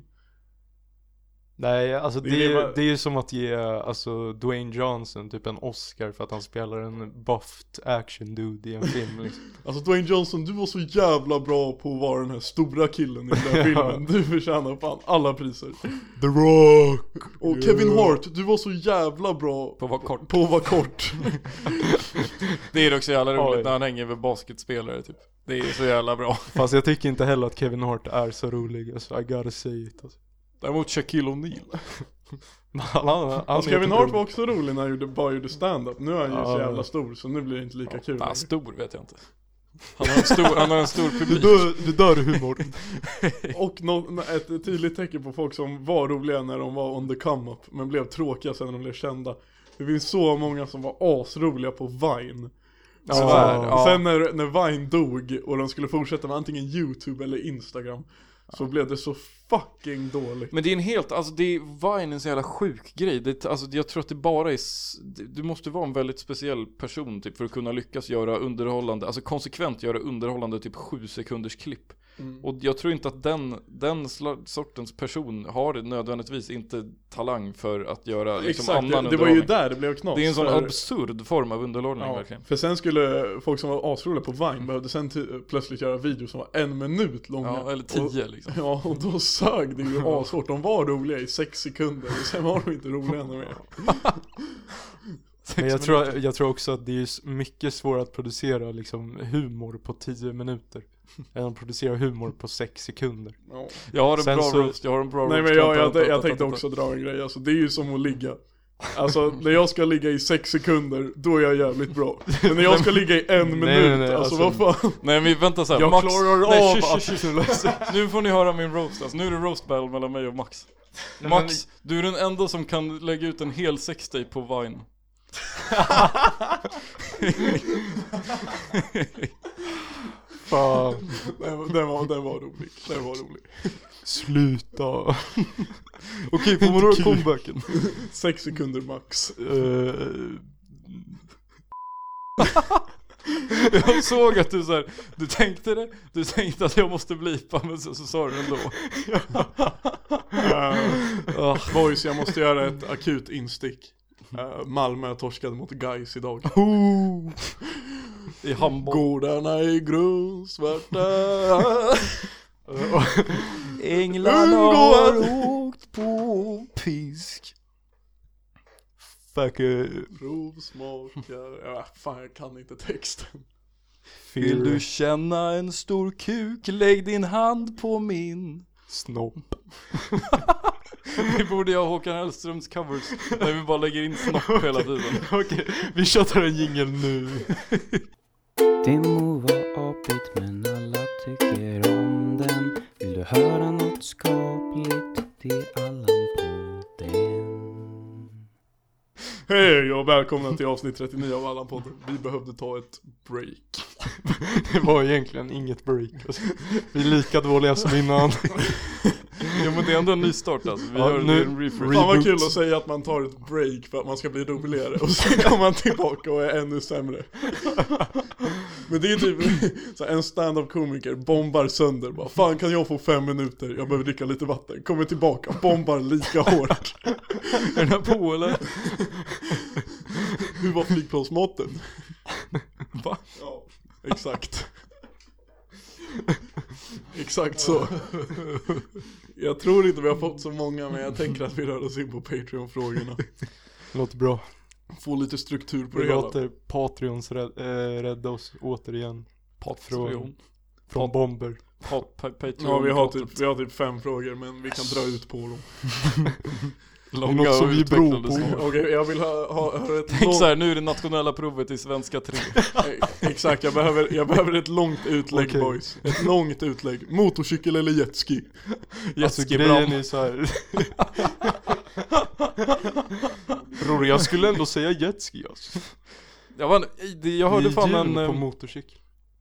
Nej, alltså Det är bara- det är ju som att ge alltså Dwayne Johnson typ en Oscar för att han spelar en buffed action dude i en film liksom. Alltså Dwayne Johnson, du var så jävla bra på att vara den här stora killen i den där filmen. Du förtjänar fan alla priser. The Rock! Och Kevin Hart, du var så jävla bra På att vara kort. på att vara kort. Det är också jävla roligt Oj. när han hänger med basketspelare typ. Det är så jävla bra. Fast jag tycker inte heller att Kevin Hart är så rolig, alltså, I gotta say it alltså. Däremot Shaquille O'Neal. Alltså Kevin Hart var också rolig när han bara gjorde stand-up. Nu är han ju så Ja. jävla stor, så nu blir det inte lika kul. Nej, stor vet jag inte. Han har en stor publik. Det där är humor. Och ett tydligt tecken på folk som var roliga när de var on the come up, men blev tråkiga sen när de blev kända. Det finns så många som var asroliga på Vine. Ja. Sen när Vine dog och de skulle fortsätta med antingen YouTube eller Instagram, så blev det så fucking dåligt. Men det är en helt, alltså det var en så jävla sjuk grej. Alltså jag tror att det bara är, du måste vara en väldigt speciell person typ för att kunna lyckas göra underhållande, alltså konsekvent göra underhållande typ 7 sekunders klipp. Och jag tror inte att den sortens person har nödvändigtvis inte talang för att göra liksom Exakt, annan det var ju underhållning. där det blev knas. Det är en sån för- absurd form av underhållning Ja, verkligen. för sen skulle folk som var asroliga på Vine behövde sen plötsligt göra videos som var 1 minut långa. Ja, eller 10 liksom. Ja, och då sög det ju asvårt. De var roliga i 6 sekunder och sen var de inte roliga ännu mer. Men jag tror också att det är mycket svårare att producera liksom humor på 10 minuter än att producera humor på 6 sekunder. Ja. Jag har en Sen bra så- roast, jag har en bra Nej roast. men jag tänkte också dra en grej, alltså det är ju som att ligga. Alltså när jag ska ligga i 6 sekunder, då är jag jävligt bra. Men när jag ska ligga i 1 minut, nej, alltså alltså- vad fan. Nej men vänta så här. Jag Max, klarar nej, av att nu får ni höra min roast alltså. Nu är det roast battle mellan mig och Max. Max, du är den enda som kan lägga ut en hel sextape på Vine. Fan, Den var rolig. Den var rolig. sluta. Okej, får man höra comebacken? 6 sekunder max. Jag såg att du så här, du tänkte att jag måste blipa, men så sa du ändå. Boys, jag måste göra ett akut instick. Malmö torskade mot Gais idag. I handboll. Gårdarna är grönsvarta. Änglarna har åkt på pisk. Fuck Provsmakar. Ja, fan jag kan inte texten. Vill du känna en stor kuk, lägg din hand på min. snopp? Vi borde göra Håkan Hellströms covers där vi bara lägger in snopp hela tiden. Okej, vi tjatar en jingle nu. Det må vara apigt men alla tycker om den. Vill du höra något skapligt? Det är Allan på den. Hej, och välkomna till avsnitt 39 av Allan-podden. Vi behövde ta ett break. Det var egentligen inget break alltså. Vi är lika dåliga som innan. Ja, men det är ändå en ny start alltså. Vi Ja, gör nu- en refresh. Fan vad kul att säga att man tar ett break för att man ska bli roligare. Och sen kommer man tillbaka och är ännu sämre. Men det är typ så här, en stand-up komiker bombar sönder. Bara, fan kan jag få 5 minuter? Jag behöver dricka lite vatten. Kommer tillbaka, bombar lika hårt. Är den här på eller? Hur var flygplansmaten? Va? Ja, exakt. Exakt så. Jag tror inte vi har fått så många, men jag tänker att vi rör oss in på Patreon-frågorna. Låter bra. Få lite struktur på Vi det hela. låter Patreons rädda oss återigen Patreon. från bomber. Patreon. Ja, vi har typ 5 frågor, men vi kan dra ut på dem. Långa Något som och vi är bra utvecklade på. svar. Okej, jag vill höra ett Tänk så här, nu är det nationella provet i svenska 3. Exakt, jag behöver ett långt utlägg, Okej. boys. Ett långt utlägg. Motorcykel eller jetski? Alltså grejen är så här. Bror, jag skulle ändå säga jetski alltså. Jag hörde fan Det är hjul på en... motorcykel.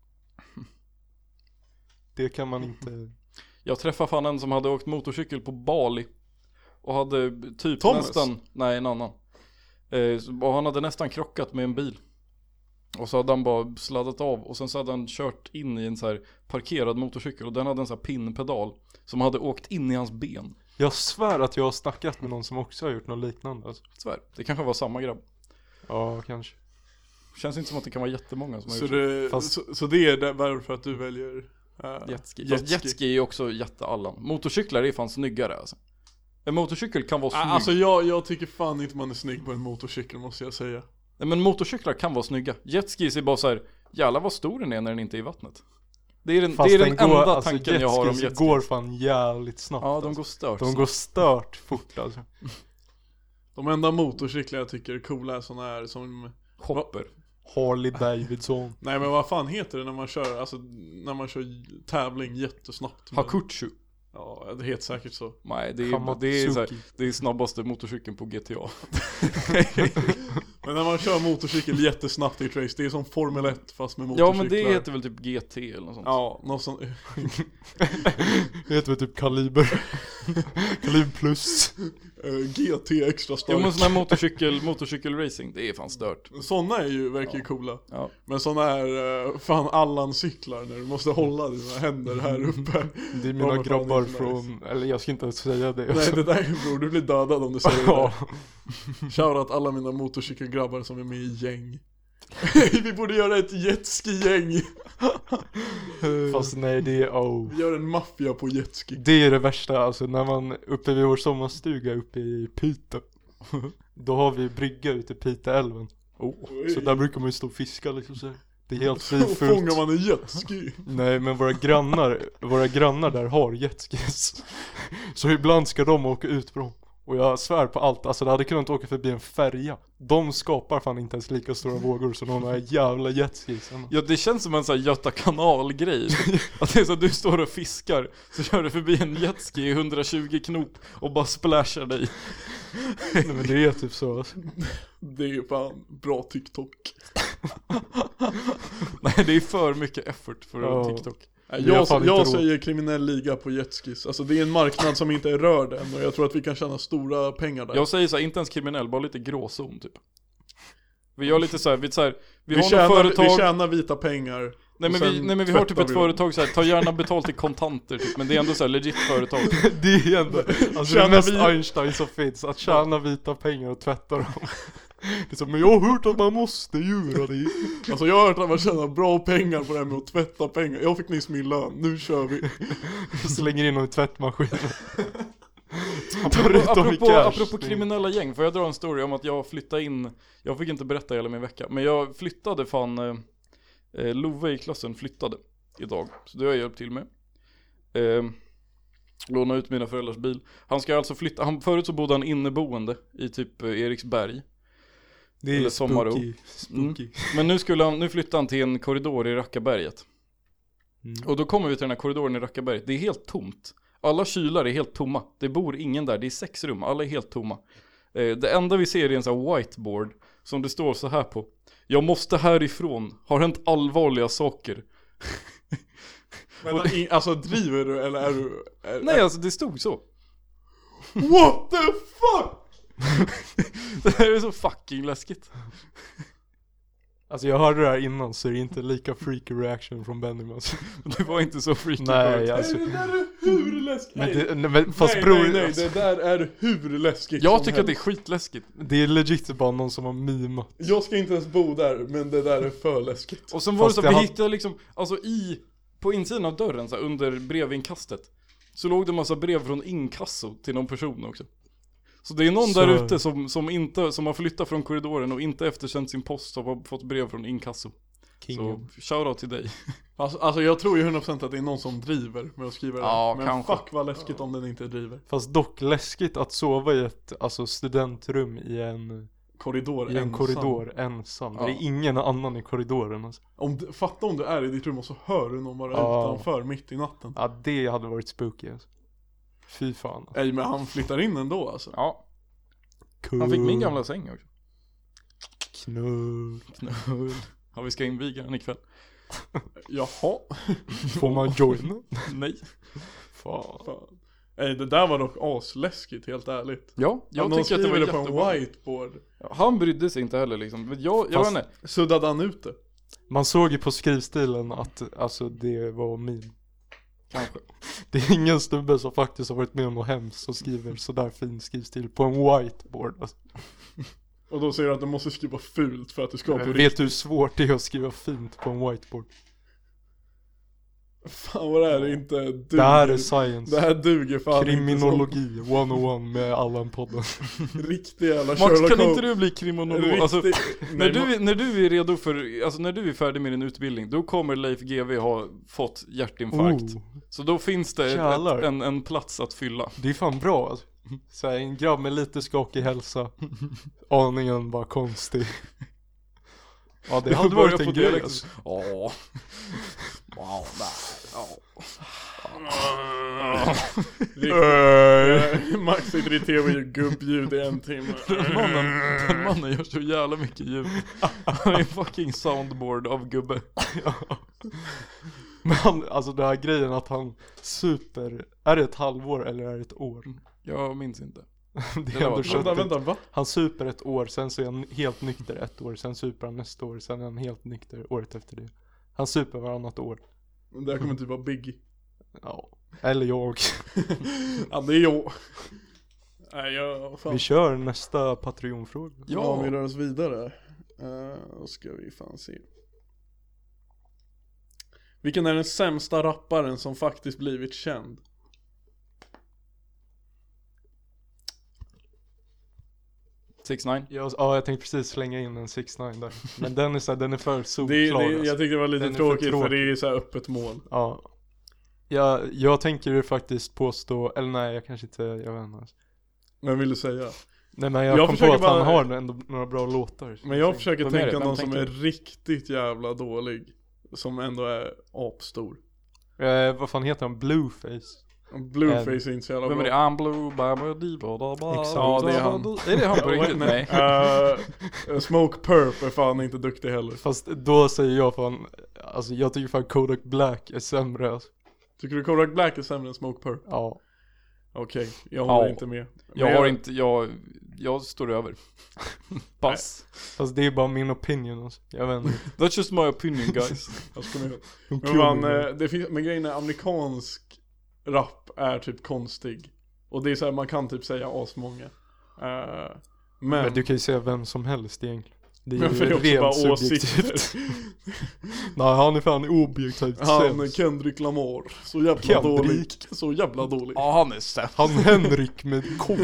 Det kan man inte. Jag träffade fan en som hade åkt motorcykel på Bali. Och hade typ Thomas? nästan... Nej, en annan. Och han hade nästan krockat med en bil. Och så hade han bara sladdat av. Och sen så hade han kört in i en så här parkerad motorcykel. Och den hade en så här pinnpedal som hade åkt in i hans ben. Jag svär att jag har snackat med någon som också har gjort något liknande alltså. Svär. Det kanske var samma grabb. Ja, kanske. Känns inte som att det kan vara jättemånga som har Så gjort det, Fast- så det är där varför att du väljer jetski. Fast jetski är ju också jätteallan. Motorcyklar är fan snyggare alltså. En motorcykel kan vara snygg. Alltså jag tycker fan inte man är snygg på en motorcykel, måste jag säga. Nej, men motorcyklar kan vara snygga. Jetskis är bara så här, jävlar vad stor den är när den inte är i vattnet. Det är den, det är den enda tanken jag har om jetskis. går fan jävligt snabbt. Ja, de alltså. går stört. De går stört fort alltså. De enda motorcyklar jag tycker är coola är såna här som... Hopper. Harley Davidson. Nej, men vad fan heter det när man kör, alltså när man kör tävling jättesnabbt? Hakuchu. Ja, det heter säkert så. Nej, det är så här, Hamatsuki. det är snabbaste motorcykeln på GTA. Men när man kör motorcykel jättesnabbt i ett race, det är som Formel 1 fast med motorcyklar. Ja, men det heter väl typ GT eller något sånt. Ja, något sånt. Det heter väl typ Kaliber. Kaliber plus. GT extra stark. Jo, men sån här motorcykelracing, det är fan stört. Såna är ju, verkar ju coola. Ja. Men såna här fan Allan-cyklar när du måste hålla dina händer här uppe. Det är De mina är fan grabbar inte nice. från, eller jag ska inte ens säga det. Nej, det där är bror, du blir dödad om du säger Ja. det. Shoutout alla mina motorcykelgrabbar som är med i gäng. Vi borde göra ett jetski-gäng. Fast nej, det är Vi gör en maffia på jetski. Det är det värsta, alltså när man uppe vid vår sommarstuga uppe i Piteå. Då har vi brygga ute i Piteälven. Så där brukar man ju stå och fiska liksom så här. Det är helt Så fridfullt. fångar man en jetski. Nej, men våra grannar där har jetskis. Så ibland ska de åka ut på dem. Och jag svär på allt, alltså det hade kunnat åka förbi en färja. De skapar fan inte ens lika stora vågor som de här jävla jetskisen. Ja, det känns som en sån här Göta kanal-grej. Att det är så att du står och fiskar, så kör du förbi en jetski i 120 knop och bara splashar dig. Nej, men det är typ så alltså. Det är fan bra TikTok. Nej, det är för mycket effort för Ja. TikTok. Vi har fan inte Jag råd. säger kriminell liga på jetskis. Alltså det är en marknad som inte är rörd än. Och jag tror att vi kan tjäna stora pengar där. Jag säger så här, inte ens kriminell, bara lite gråzon typ. Vi gör lite så här, vi har tjänar, något företag. vi tjänar vita pengar. Nej men vi har typ ett företag så här, ta gärna betalt i kontanter typ, men det är ändå så här legit företag. Det är ändå alltså det Tjäna mest vi- Einstein som finns. Att tjäna vita pengar och tvätta dem. Det är så, men jag har hört att man måste göra det. Alltså jag har hört att man tjänar bra pengar på det här med att tvätta pengar. Jag fick nyss min lön, nu kör vi. Slänger in dem i tvättmaskinen. Tar ut dem i cash. Apropå kriminella gäng, får jag dra en story om att jag flyttade in. Jag fick inte berätta hela min vecka, men jag flyttade fan Love i klassen flyttade idag, så det har jag hjälpt till med. Låna ut mina föräldrars bil. Han ska alltså flytta, förut så bodde han inneboende i typ Eriksberg. Det är eller spooky. Men nu flyttar han till en korridor i Rackaberget. Och då kommer vi till den här korridoren i Rackaberget. Det är helt tomt. Alla kylar är helt tomma. Det bor ingen där. Det är 6 rum. Alla är helt tomma. Det enda vi ser är en sån här whiteboard som det står så här på: jag måste härifrån, har hänt allvarliga saker. Vänta, alltså driver du eller är du... Nej, alltså det stod så. What the fuck? Det här är så fucking läskigt. Alltså jag hörde det här innan, så det är inte lika freaky reaction från Benjamin. Det var inte så freaky. Nej, alltså. Nej, det där är hur läskigt. Men fast nej, bror, nej, alltså, det där är hur läskigt Jag som tycker att det är helst. skitläskigt. det är legit bara någon som har mimat. Jag ska inte ens bo där, men det där är för läskigt. Och sen var det Fast så det att vi hade- hittade liksom, alltså på insidan av dörren så här, under brevinkastet, så låg det en massa brev från inkasso till någon person också. Så det är någon Så- där ute som har flyttat från korridoren och inte eftersänt sin post och har fått brev från inkasso. King. Så shoutout till dig. Alltså jag tror ju 100% att det är någon som driver med att skriva det. Ja, men kanske. fuck vad läskigt om den inte driver. Fast dock läskigt att sova i ett studentrum i en Korridor korridor ensam. Ja. Det är ingen annan i korridoren alltså. Fatta om du är i ditt rum och så hör du någon vara Ja. utanför mitt i natten. Ja, det hade varit spooky alltså. Fy fan alltså. Nej, men han flyttar in ändå alltså. Ja, Cool. han fick min gamla säng också. Knull. Knull. Ja, vi ska inviga den ikväll. Jaha. Får man joina? Nej. Fan. Fan. Nej, det där var dock asläskigt, helt ärligt. Ja, jag Någon tycker att det var skriver på en jättebra. whiteboard. Han brydde sig inte heller liksom. Men jag vet inte. Suddade han ut det? Man såg ju på skrivstilen att alltså det var min. Kanske. Det är ingen snubbe som faktiskt har varit med om något hemskt och skriver sådär fin skrivstil på en whiteboard alltså. Och då säger du att du måste skriva fult för att du ska på riktigt. Vet du hur svårt det är att skriva fint på en whiteboard? Fan vad det här är inte duger. Det här är science. Det här duger fan Kriminologi 101 med Allan-podden. inte som riktig jävla Max, Sherlock kan Holmes. inte du bli kriminolog? Alltså, Nej, när du är redo för, alltså när du är färdig med din utbildning, då kommer Leif GW ha fått hjärtinfarkt. Så då finns det Jävlar. en plats att fylla. Det är fan bra alltså. Så här, en grabb med lite skakig hälsa. Aningen bara konstig. Ja, det hade varit en grej alltså. Ja. Wow, Max sitter i tv och gör gubbljud i en timme. Den mannen gör så jävla mycket ljud. Han är en fucking soundboard av gubbe. Men han, alltså den här grejen att han super. Är det ett halvår eller är det ett år? Jag minns inte. Det var- är ändå köttigt. Vänta, va? Han super ett år, sen så är han helt nykter ett år. Sen super han nästa år, sen är han helt nykter året efter det. Han super varannat år. Det här kommer typ vara Biggie. Ja, eller jag. Ja, det är jag. Nej, fan. Vi kör nästa Patreon-fråga. Ja, vi rör oss vidare. Då ska vi fan se. Vilken är den sämsta rapparen som faktiskt blivit känd? Jag tänkte precis slänga in en 6ix9ine där. Men den är så här, den är för solklar Jag alltså. tyckte det var lite Den är tråkigt för för det är så här öppet mål. Ja. Jag tänker faktiskt påstå, eller nej jag kanske inte, jag vet inte alltså. Men vill du säga? Nej men jag kom på försöker att han bara- har ändå några bra låtar. Men jag försöker Vem är det? tänka Vem någon som tänker är riktigt jävla dålig. Som ändå är apstor. Vad fan heter han? Blueface? Blueface är inte så jävla Vem är det? bra. I'm blue, baba, diva, da, Exakt. Ja, det är han. Är det han på riktigt? Nej. Smoke Perp är fan inte duktig heller. Fast då säger jag fan, alltså jag tycker fan Kodak Black är sämre alltså. Tycker du Kodak Black är sämre än Smoke Perp? Ja. Okej, jag håller Ja. inte med. Jag står över. Pass. Fast det är bara min opinion alltså. Jag vet inte. That's just my opinion guys. Jag ska med. Men man, det finns, men grejen är amerikansk rap är typ konstig. Och det är så här, man kan typ säga asmånga. Men du kan ju säga vem som helst egentligen. Det är Men för det är också rent bara subjektivt. åsikter. Nej, han är fan objektivt Han sämst. Kendrick Lamar. Så jävla dålig. Kendrick. Så jävla dålig. Ja, han är sämst. Han Henrik med K.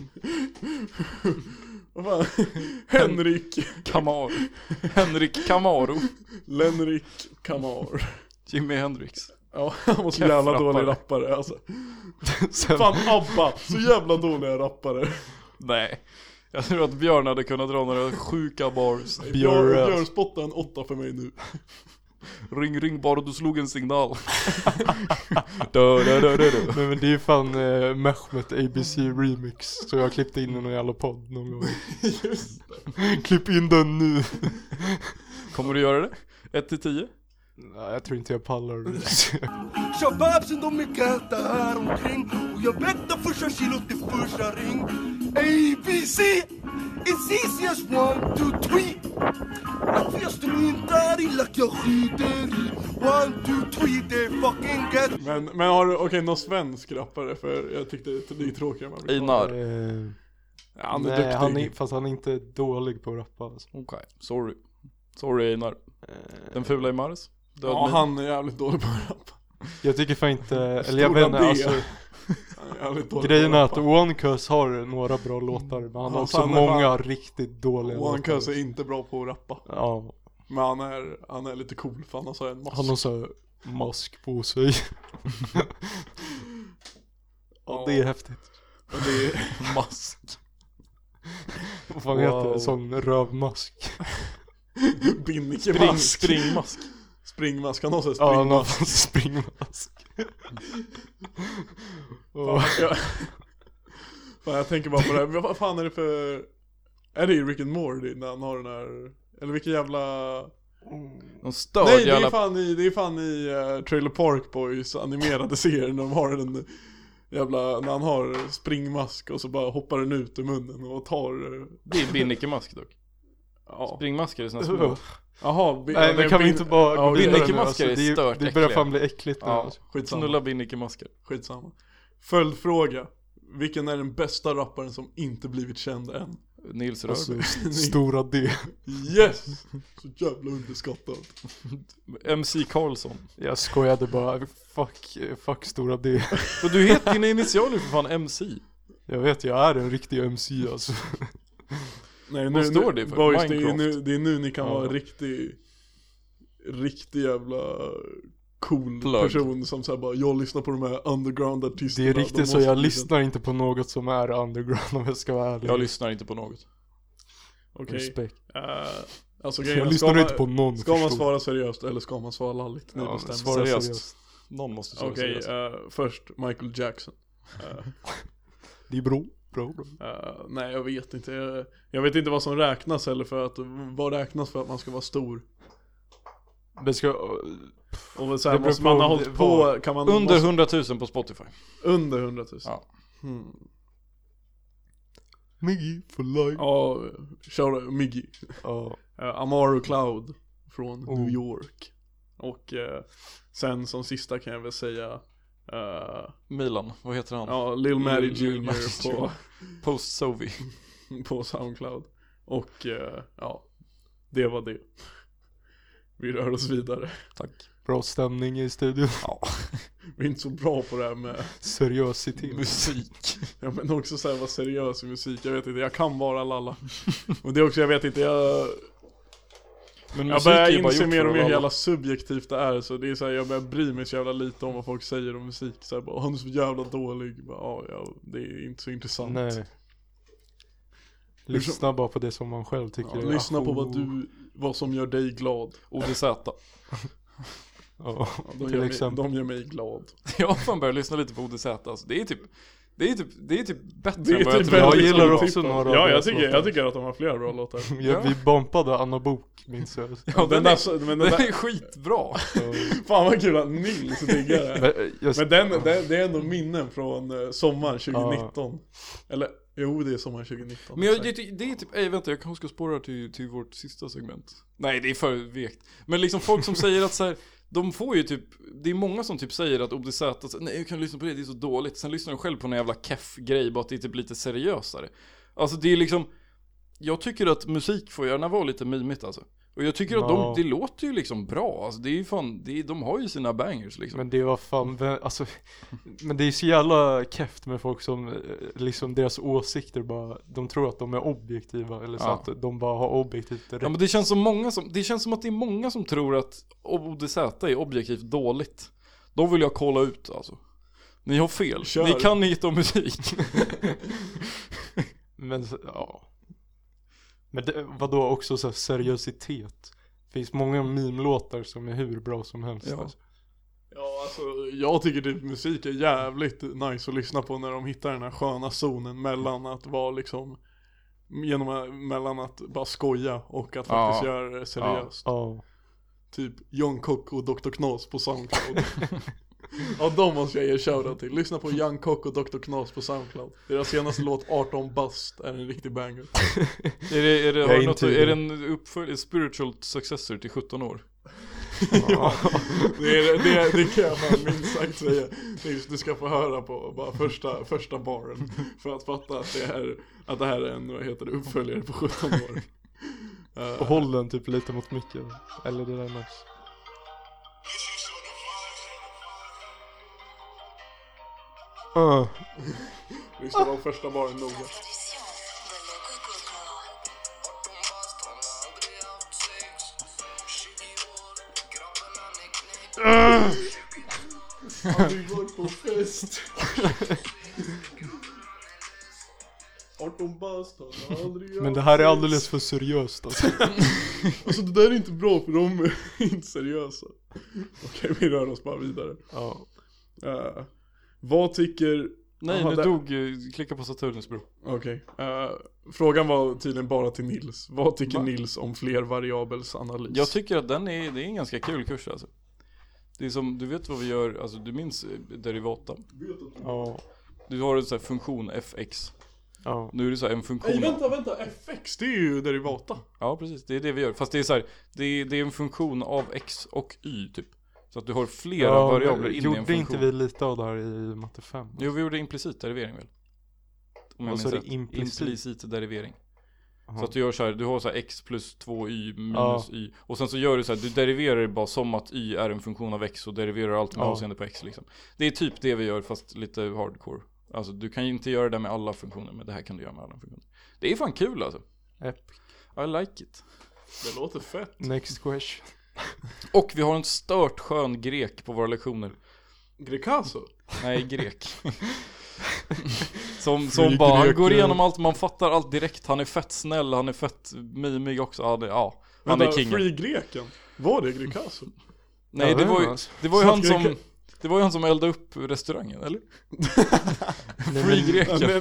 Vad fan? Henrik. Camaro. Henrik Camaro. Lenrik Kamar. Jimi Hendrix. Ja, han var så Keff jävla rappare. dålig rappare alltså. Sen, Fan Abba, så jävla dåliga rappare. Nej. Jag tror att Björn hade kunnat dra några sjuka bars. Björn. Björn spotta en 8 för mig nu. Ring, ring, bara du slog en signal. Nej men det är ju fan Mehmet ABC remix. Så jag klippte in någon jävla podd någon gång. Just Klipp in den nu. Kommer du göra det? 1-10? Nej, jag tror inte jag pallar det. Shababsen de är kalta här omkring och jag bettar första kilot till första ring. ABC, it's easy as 1, 2, 3. Att festen inte är illa, jag skiter i 1, 2, 3, det är fucking get. Men har du, okej, någon svensk rappare? För jag tyckte det är tråkigare med Einar. Ja, han är Nej, duktig. fast han är inte dålig på att rappa alltså. Okej, sorry Einar. Den fula i Mars. Ja, han är jävligt dålig på att rappa. Jag tycker fan inte, eller jag Stora vet inte D. alltså, Han är jävligt dålig grejen på är att att rappa. One Cuss har några bra låtar. Men han har också fan är många fan- riktigt dåliga One låtar. Cuss är inte bra på att rappa. Ja, Men han är lite cool för han har så en mask. han har så här mask på sig. Ja, det är häftigt. Och det är Mask. Vad fan heter det? Sån rövmask. Binnike-mask. Springmask. Springmask, han har så här Ja, han har springmask. fan springmask. Och, Fan, jag tänker bara på det här. Vad fan är det för... Är det i Rick and Morty när han har den här... Eller vilken jävla... De stör Nej, det jävla... är fan i Trailer Park Boys animerade serier när de har den jävla... När han har springmask och så bara hoppar den ut ur munnen och tar... Det är Binnike-mask dock. Ja. Springmaskar är såna små. Jaha, nej, men kan vi inte bara gå vidare nu? Binnike-maskar är stört det börjar äckliga. fan bli äckligt nu. Ja, Alltså. Skitsamma. Knulla Binnike-maskar. Skitsamma. Följdfråga. Vilken är den bästa rapparen som inte blivit känd än? Nils Alltså, Rörberg. stora D. Yes! Så jävla underskattat. MC Karlsson. Jag skojade bara, fuck stora D. Och du heter dina initialer för fan MC. Jag vet, jag är en riktig MC alltså. Nej, Vad står det för? Boys, Minecraft? det är nu ni kan Ja. vara riktig jävla cool Plug. person som säger bara, jag lyssnar på de här underground artisterna. Det är de riktigt så, måste jag bli lyssnar inte på något som är underground om jag ska vara ärlig. Jag lyssnar inte på något. Okej. Respekt. Alltså Jag grejen, lyssnar inte på någon. ska man förstår. svara seriöst eller ska man svara lalligt? Ni Ja, bestämmer. svara Seriöst. seriöst. Någon måste svara Okej, seriöst. först Michael Jackson. Det är bra. Nej, jag vet inte. Jag vet inte vad som räknas eller för att, vad räknas för att man ska vara stor. Det ska... Och så här, Det beror måste man på ha om hållit det på, var kan man... Under måste, 100 000 på Spotify. under 100 000. Ja. Miggy for life. Ja, kör Miggy. Ja. Amaro Cloud från New Oh. York. Och sen som sista kan jag väl säga Milan, vad heter han? ja, Lil Mary Lil Jr. Mary på, Post Sovi. på Soundcloud. Och ja, det var det. Vi rör oss vidare. Tack. Bra stämning i studion. Ja. Vi är inte så bra på det här med Seriositet. Musik. ja, men också så här, vara seriös i musik. Jag vet inte, jag kan bara lalla. Och det är också, jag vet inte, Men jag musik är börjar ju bara inse gjort mer för och mer att hur vara- jävla subjektivt det är. Så det är så här, jag börjar bry mig så jävla lite om vad folk säger om musik. Så här, bara, han är så jävla dålig. Bara, ja, det är inte så intressant. Nej. Lyssna bara på det som man själv tycker Ja, är lyssna på ajo. vad som gör dig glad. ODZ. Ja, Ja, de, till gör exempel. mig, de gör mig glad. Jag har fan börjat lyssna lite på ODZ alltså. Det är typ bättre Det är än vad jag typ trodde. Jag väldigt gillar otippat. också några Ja, av jag deras tycker, låtar. jag tycker att de har flera bra låtar. Ja, vi bumpade Anna Bok, minns jag. Ja, den den är skitbra. fan vad kul att Nils diggar det. Men Det är ändå minnen från sommaren 2019. Eller, jo det är sommaren 2019. Men det är typ, vänta, jag kanske ska spåra till vårt sista segment. Nej, det är för vekt. Men liksom folk som säger att så här, de får ju typ, det är många som typ säger att ODZ, alltså, nej jag kan lyssna på det är så dåligt. Sen lyssnar de själv på en jävla keff-grej, bara att det är typ lite seriösare. Alltså det är liksom, jag tycker att musik får gärna vara lite mimigt alltså. Och jag tycker att det låter ju liksom bra. Alltså det är ju fan, de har ju sina bangers liksom. Men det var fan, alltså, men det är så jävla keft med folk som liksom deras åsikter bara, de tror att de är objektiva eller så att de bara har objektivt rätt. Ja, men det känns som att det är många som tror att ODZ är objektivt dåligt. Då vill jag kolla ut alltså. Ni har fel. Kör. Ni kan inte om musik. Men ja. Men vadå också så här seriositet? finns många meme-låtar som är hur bra som helst. Ja. Alltså. Ja, alltså jag tycker typ musik är jävligt nice att lyssna på när de hittar den här sköna zonen mellan att vara liksom mellan att bara skoja och att faktiskt göra det seriöst. Ja. Typ Jungkook och Dr. Knas på Soundcloud. Ja, de måste jag ge shoutout till. Lyssna på Jungkook och Dr. Knas på Soundcloud. Deras senaste låt 18 bast är en riktig banger. Är det en spiritual successor till 17 år? Ja, det kan jag bara minst sagt säga. Du ska få höra på bara första baren för att fatta att det här är en uppföljare på 17 år. Och håll den typ lite mot micken. Eller det där nice. Lyssna på första baren noga. Aldrig varit på fest. 18 bast, aldrig. Men det här är alldeles för seriöst alltså. Alltså det där är inte bra för de är inte seriösa. Okej, vi rör oss bara vidare. Ja. Vad tycker... Nej, Aha, nu där... dog... Klicka på Saturnus, bro. Okej. Frågan var tydligen bara till Nils. Vad tycker Nils om flervariabelsanalys? Jag tycker att det är en ganska kul kurs alltså. Det är som, du vet vad vi gör, alltså du minns derivata. Ja. Du har en sån här funktion fx. Ja. Nu är det så här en funktion. Nej, vänta, fx, det är ju derivata. Ja, precis, det är det vi gör. Fast det är så här, det är en funktion av x och y typ. Så att du har flera variabler in i en funktion. Gjorde inte vi lite av det här i matte 5? Jo, vi gjorde implicit derivering väl? Om jag minns rätt. Implicit derivering. Aha. Så att du gör så här, du har så här x plus 2y minus y. Och sen så gör du så här, du deriverar det bara som att y är en funktion av x och deriverar allt med avseende på x liksom. Det är typ det vi gör fast lite hardcore. Alltså du kan ju inte göra det med alla funktioner, men det här kan du göra med alla funktioner. Det är fan kul alltså. Epic. I like it. Det låter fett. Next question. Och vi har en stört skön grek på våra lektioner. Grekazo? Nej, grek. Som bara, han går igenom allt, man fattar allt direkt. Han är fett snäll, han är fett mimig också. Han är kingen. Free greken? Var det Grekazo? Nej, ja, det var ju han som eldade upp restaurangen, eller? Free greken.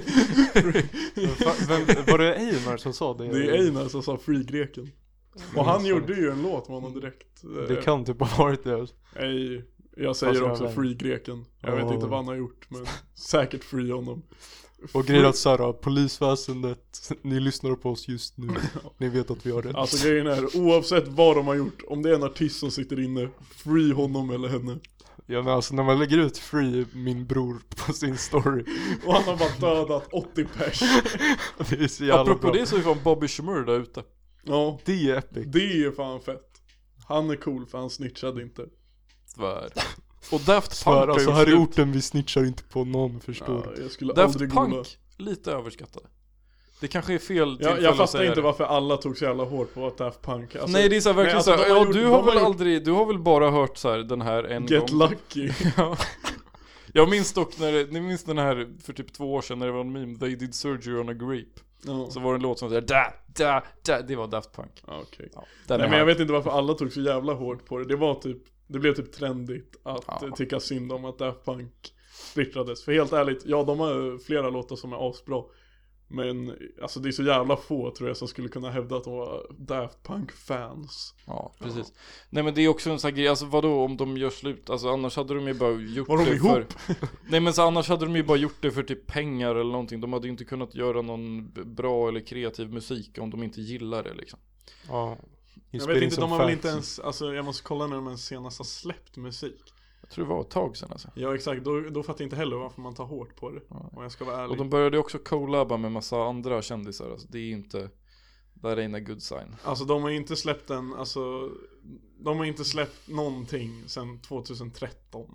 Var det Einar som sa det? Det är Einar som sa free greken. Och han gjorde ju en låt med honom direkt. Det kan typ ha varit det. Nej, jag säger också free greken. Jag vet inte vad han har gjort, men säkert free honom. Och grejen att såhär, polisväsendet, ni lyssnar på oss just nu. Ni vet att vi har rätt. Alltså grejen är, oavsett vad de har gjort, om det är en artist som sitter inne, free honom eller henne. Ja, men alltså när man lägger ut free min bror på sin story och han har bara dödat 80 pers. Det är så jävla apropå bra. det så är fan Bobby Shmurda där ute. Ja, det är epic. Det är fan fett. Han är cool för han snitchade inte. Svär. Och Daft Svär, Punk alltså här i orten vi snitchar inte på någon, förstår jag skulle Daft aldrig Punk, googla. lite överskattade. Det kanske är fel jag fattar inte varför alla tog så jävla hårt på att Daft Punk alltså, nej, det är så här, verkligen alltså, så här, du har väl bara hört så här, den här en Get gång. Lucky. Ja. Jag minns dock ni minns den här för typ 2 år sedan när det var en meme, They did surgery on a grape. Så var det en låt som där da, det var Daft Punk. Okej. Ja, nej, men jag vet inte varför alla tog så jävla hårt på det. Det blev typ trendigt att tycka synd om att Daft Punk splittrades. För helt ärligt, ja, de har flera låtar som är asbra. Men alltså det är så jävla få, tror jag, som skulle kunna hävda att de var Daft Punk-fans. Ja, precis. Ja. Nej, men det är också en sån här grej, alltså vadå om de gör slut? Alltså annars hade de ju bara gjort var det de ihop? Nej, men så annars hade de ju bara gjort det för typ pengar eller någonting. De hade ju inte kunnat göra någon bra eller kreativ musik om de inte gillar det liksom. Ja. Jag vet inte, de har väl inte ens, alltså jag måste kolla när de ens senast har släppt musik. Jag tror det var ett tag sedan alltså. Ja, exakt, då fattar jag inte heller varför man tar hårt på det. Om jag ska vara ärlig. Och de började också collaba med massa andra kändisar, alltså det är inte, that ain't a good sign. Alltså de har inte släppt de har inte släppt någonting sedan 2013.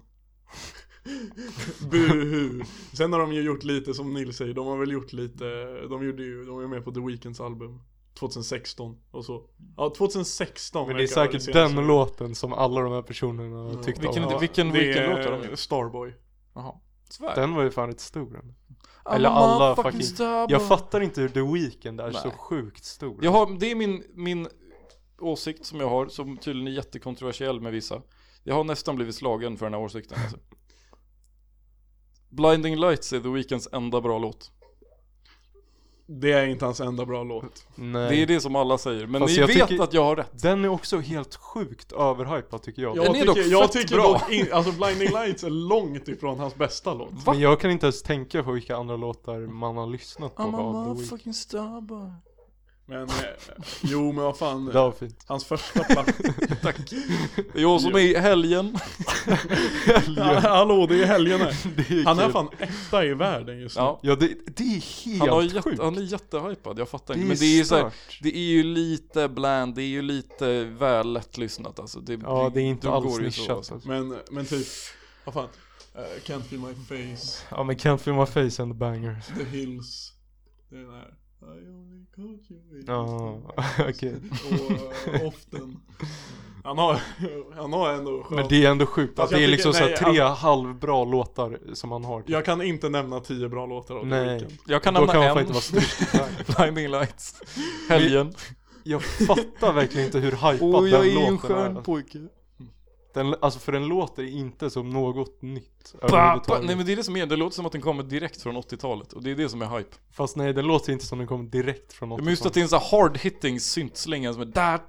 Buhu. Sen har de ju gjort lite, som Nils säger, de har väl gjort lite, de är med på The Weeknds album 2016 och så. Ja, 2016. Men det är säkert den låten som alla de här personerna tyckte om. Vilken låt har de gjort? Starboy. Jaha. Svär. Den var ju fan rätt stor. Eller alla fucking... Jag fattar inte hur The Weeknd är så sjukt stor. Det är min åsikt som jag har, som tydligen är jättekontroversiell med vissa. Jag har nästan blivit slagen för den här åsikten alltså. Blinding Lights är The Weeknds enda bra låt. Det är inte hans enda bra låt. Nej. Det är det som alla säger. Men Fast ni jag vet tycker- att jag har rätt. Den är också helt sjukt överhypad tycker jag. Den är dock jag fett tycker bra. dock alltså Blinding Lights är långt ifrån hans bästa låt. Va? Men jag kan inte ens tänka på vilka andra låtar man har lyssnat på I'm a av The Weeknd. motherfucking starboy. Men, jo men vad fan. Det var fint. Hans första platta. Tack. Det är jag som är helgen. Ja, hallå, det är helgen här. Det är Han är kul. fan etta i världen just nu. Ja. Ja, det är helt sjukt. Han är jättehypad, jag fattar Det inte. är Men det är så här, stört. det är ju lite bland, det är ju lite väl lättlyssnat alltså. Ja, det är inte då alls går det ju så, nischat. alltså. Alltså. Men typ, vad fan. Can't feel my face. Ja, men Can't Feel My Face and the Bangers. The Hills. Det är den här. I only caught you in Ja, okej. Och often. Han har ändå skönt. Men det är ändå sjukt att Fast det är jag liksom tycker- så här 3 halvbra låtar som han har. Jag kan inte nämna 10 bra låtar av The Nej. Weeknd. Jag kan Då nämna kan man en. fan inte vara störst. Blinding Lights. Helgen. Jag fattar verkligen inte hur hypad Och jag den är ju en låten skön är. pojke. Alltså för den låter inte som något nytt Nej men det är det som är, det låter som att den kommer direkt från 80-talet. Och det är det som är hype. Fast nej, den låter inte som den kommer direkt från Men just att det är en sån här hard-hitting syntslinga som är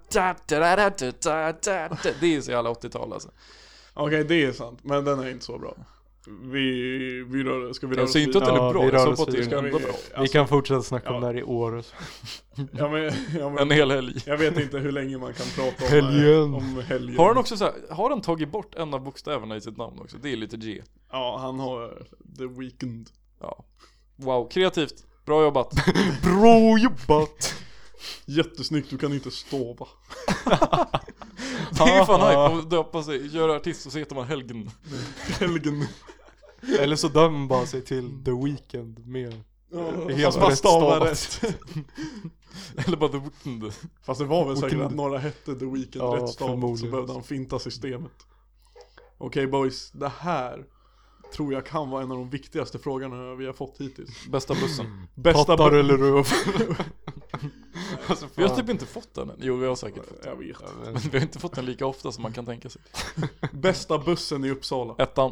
det är så jävla 80-tal alltså. Okej, det är sant. Men den är inte så bra. Vi rör, ska vi röra Jag oss säger inte att den Ja, är bra, vi jag rör sa oss på att det är vidare. den enda bra. Vi kan fortsätta snacka om ja. det här i år. Ja, men, En hel helg. jag vet inte hur länge man kan prata om Helgen. om helgen. Har han också så här, har han tagit bort en av bokstäverna i sitt namn också? Det är lite G. Ja, han har The Weeknd. Ja. Wow, kreativt. Bra jobbat. Bra jobbat! Jättesnyggt, du kan inte stova. Det är fan hype att döpa sig, göra artist och så heter man Helgen. Helgen. Eller så dömer man bara sig till The Weeknd med helt Fast man rätt stavar stavat. rätt. Eller bara The Weeknd. Fast det var väl säkert Weeknd. att några hette The Weeknd Ja, rätt stavat, så förmodligen. behövde han finta systemet. Okej boys, det här tror jag kan vara en av de viktigaste frågorna vi har fått hittills. Bästa bussen. Bästa Pattar eller röv? Alltså, Vi har fan. typ inte fått den än. Jo, vi har säkert fått den. Jag vet. Men vi har inte fått den lika ofta som man kan tänka sig. Bästa bussen i Uppsala. 1:an,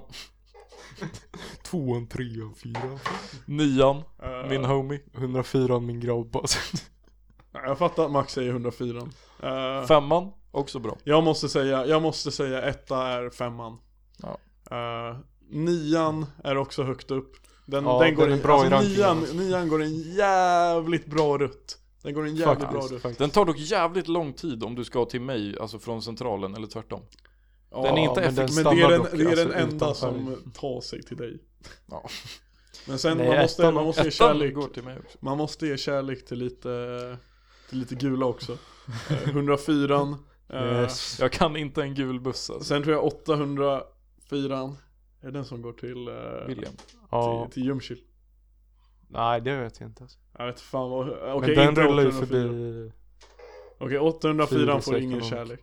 2, 3, 4. 9:an, min homie. 104 min grabb alltså. Jag fattar att Max säger 104. 5:an, också bra. Jag måste säga etta är 5:an. Ja. 9:an är också högt upp. Den Ja, går den är bra i rankingen, alltså. 9:an går en jävligt bra rutt. Den går en jävligt bra rutt. Den tar dock jävligt lång tid om du ska till mig, alltså från centralen eller tvärtom. Den är inte men den effektiv. Men det är stannar den, dock, det är alltså, den enda utan som färg. tar sig till dig. Ja. Men sen Nej, man måste ge 1:an kärlek. går till mig också. Man måste ge kärlek till lite gula också. 104. Yes. Jag kan inte en gul buss alltså. Sen tror jag 804 är den som går till William. Ja. till Ljungskile. Nej, det vet jag inte alltså. Jag vet fan vad. Men Okej, den inte rullar ju 804. förbi. Okej, 804 får 4, ingen 16. kärlek.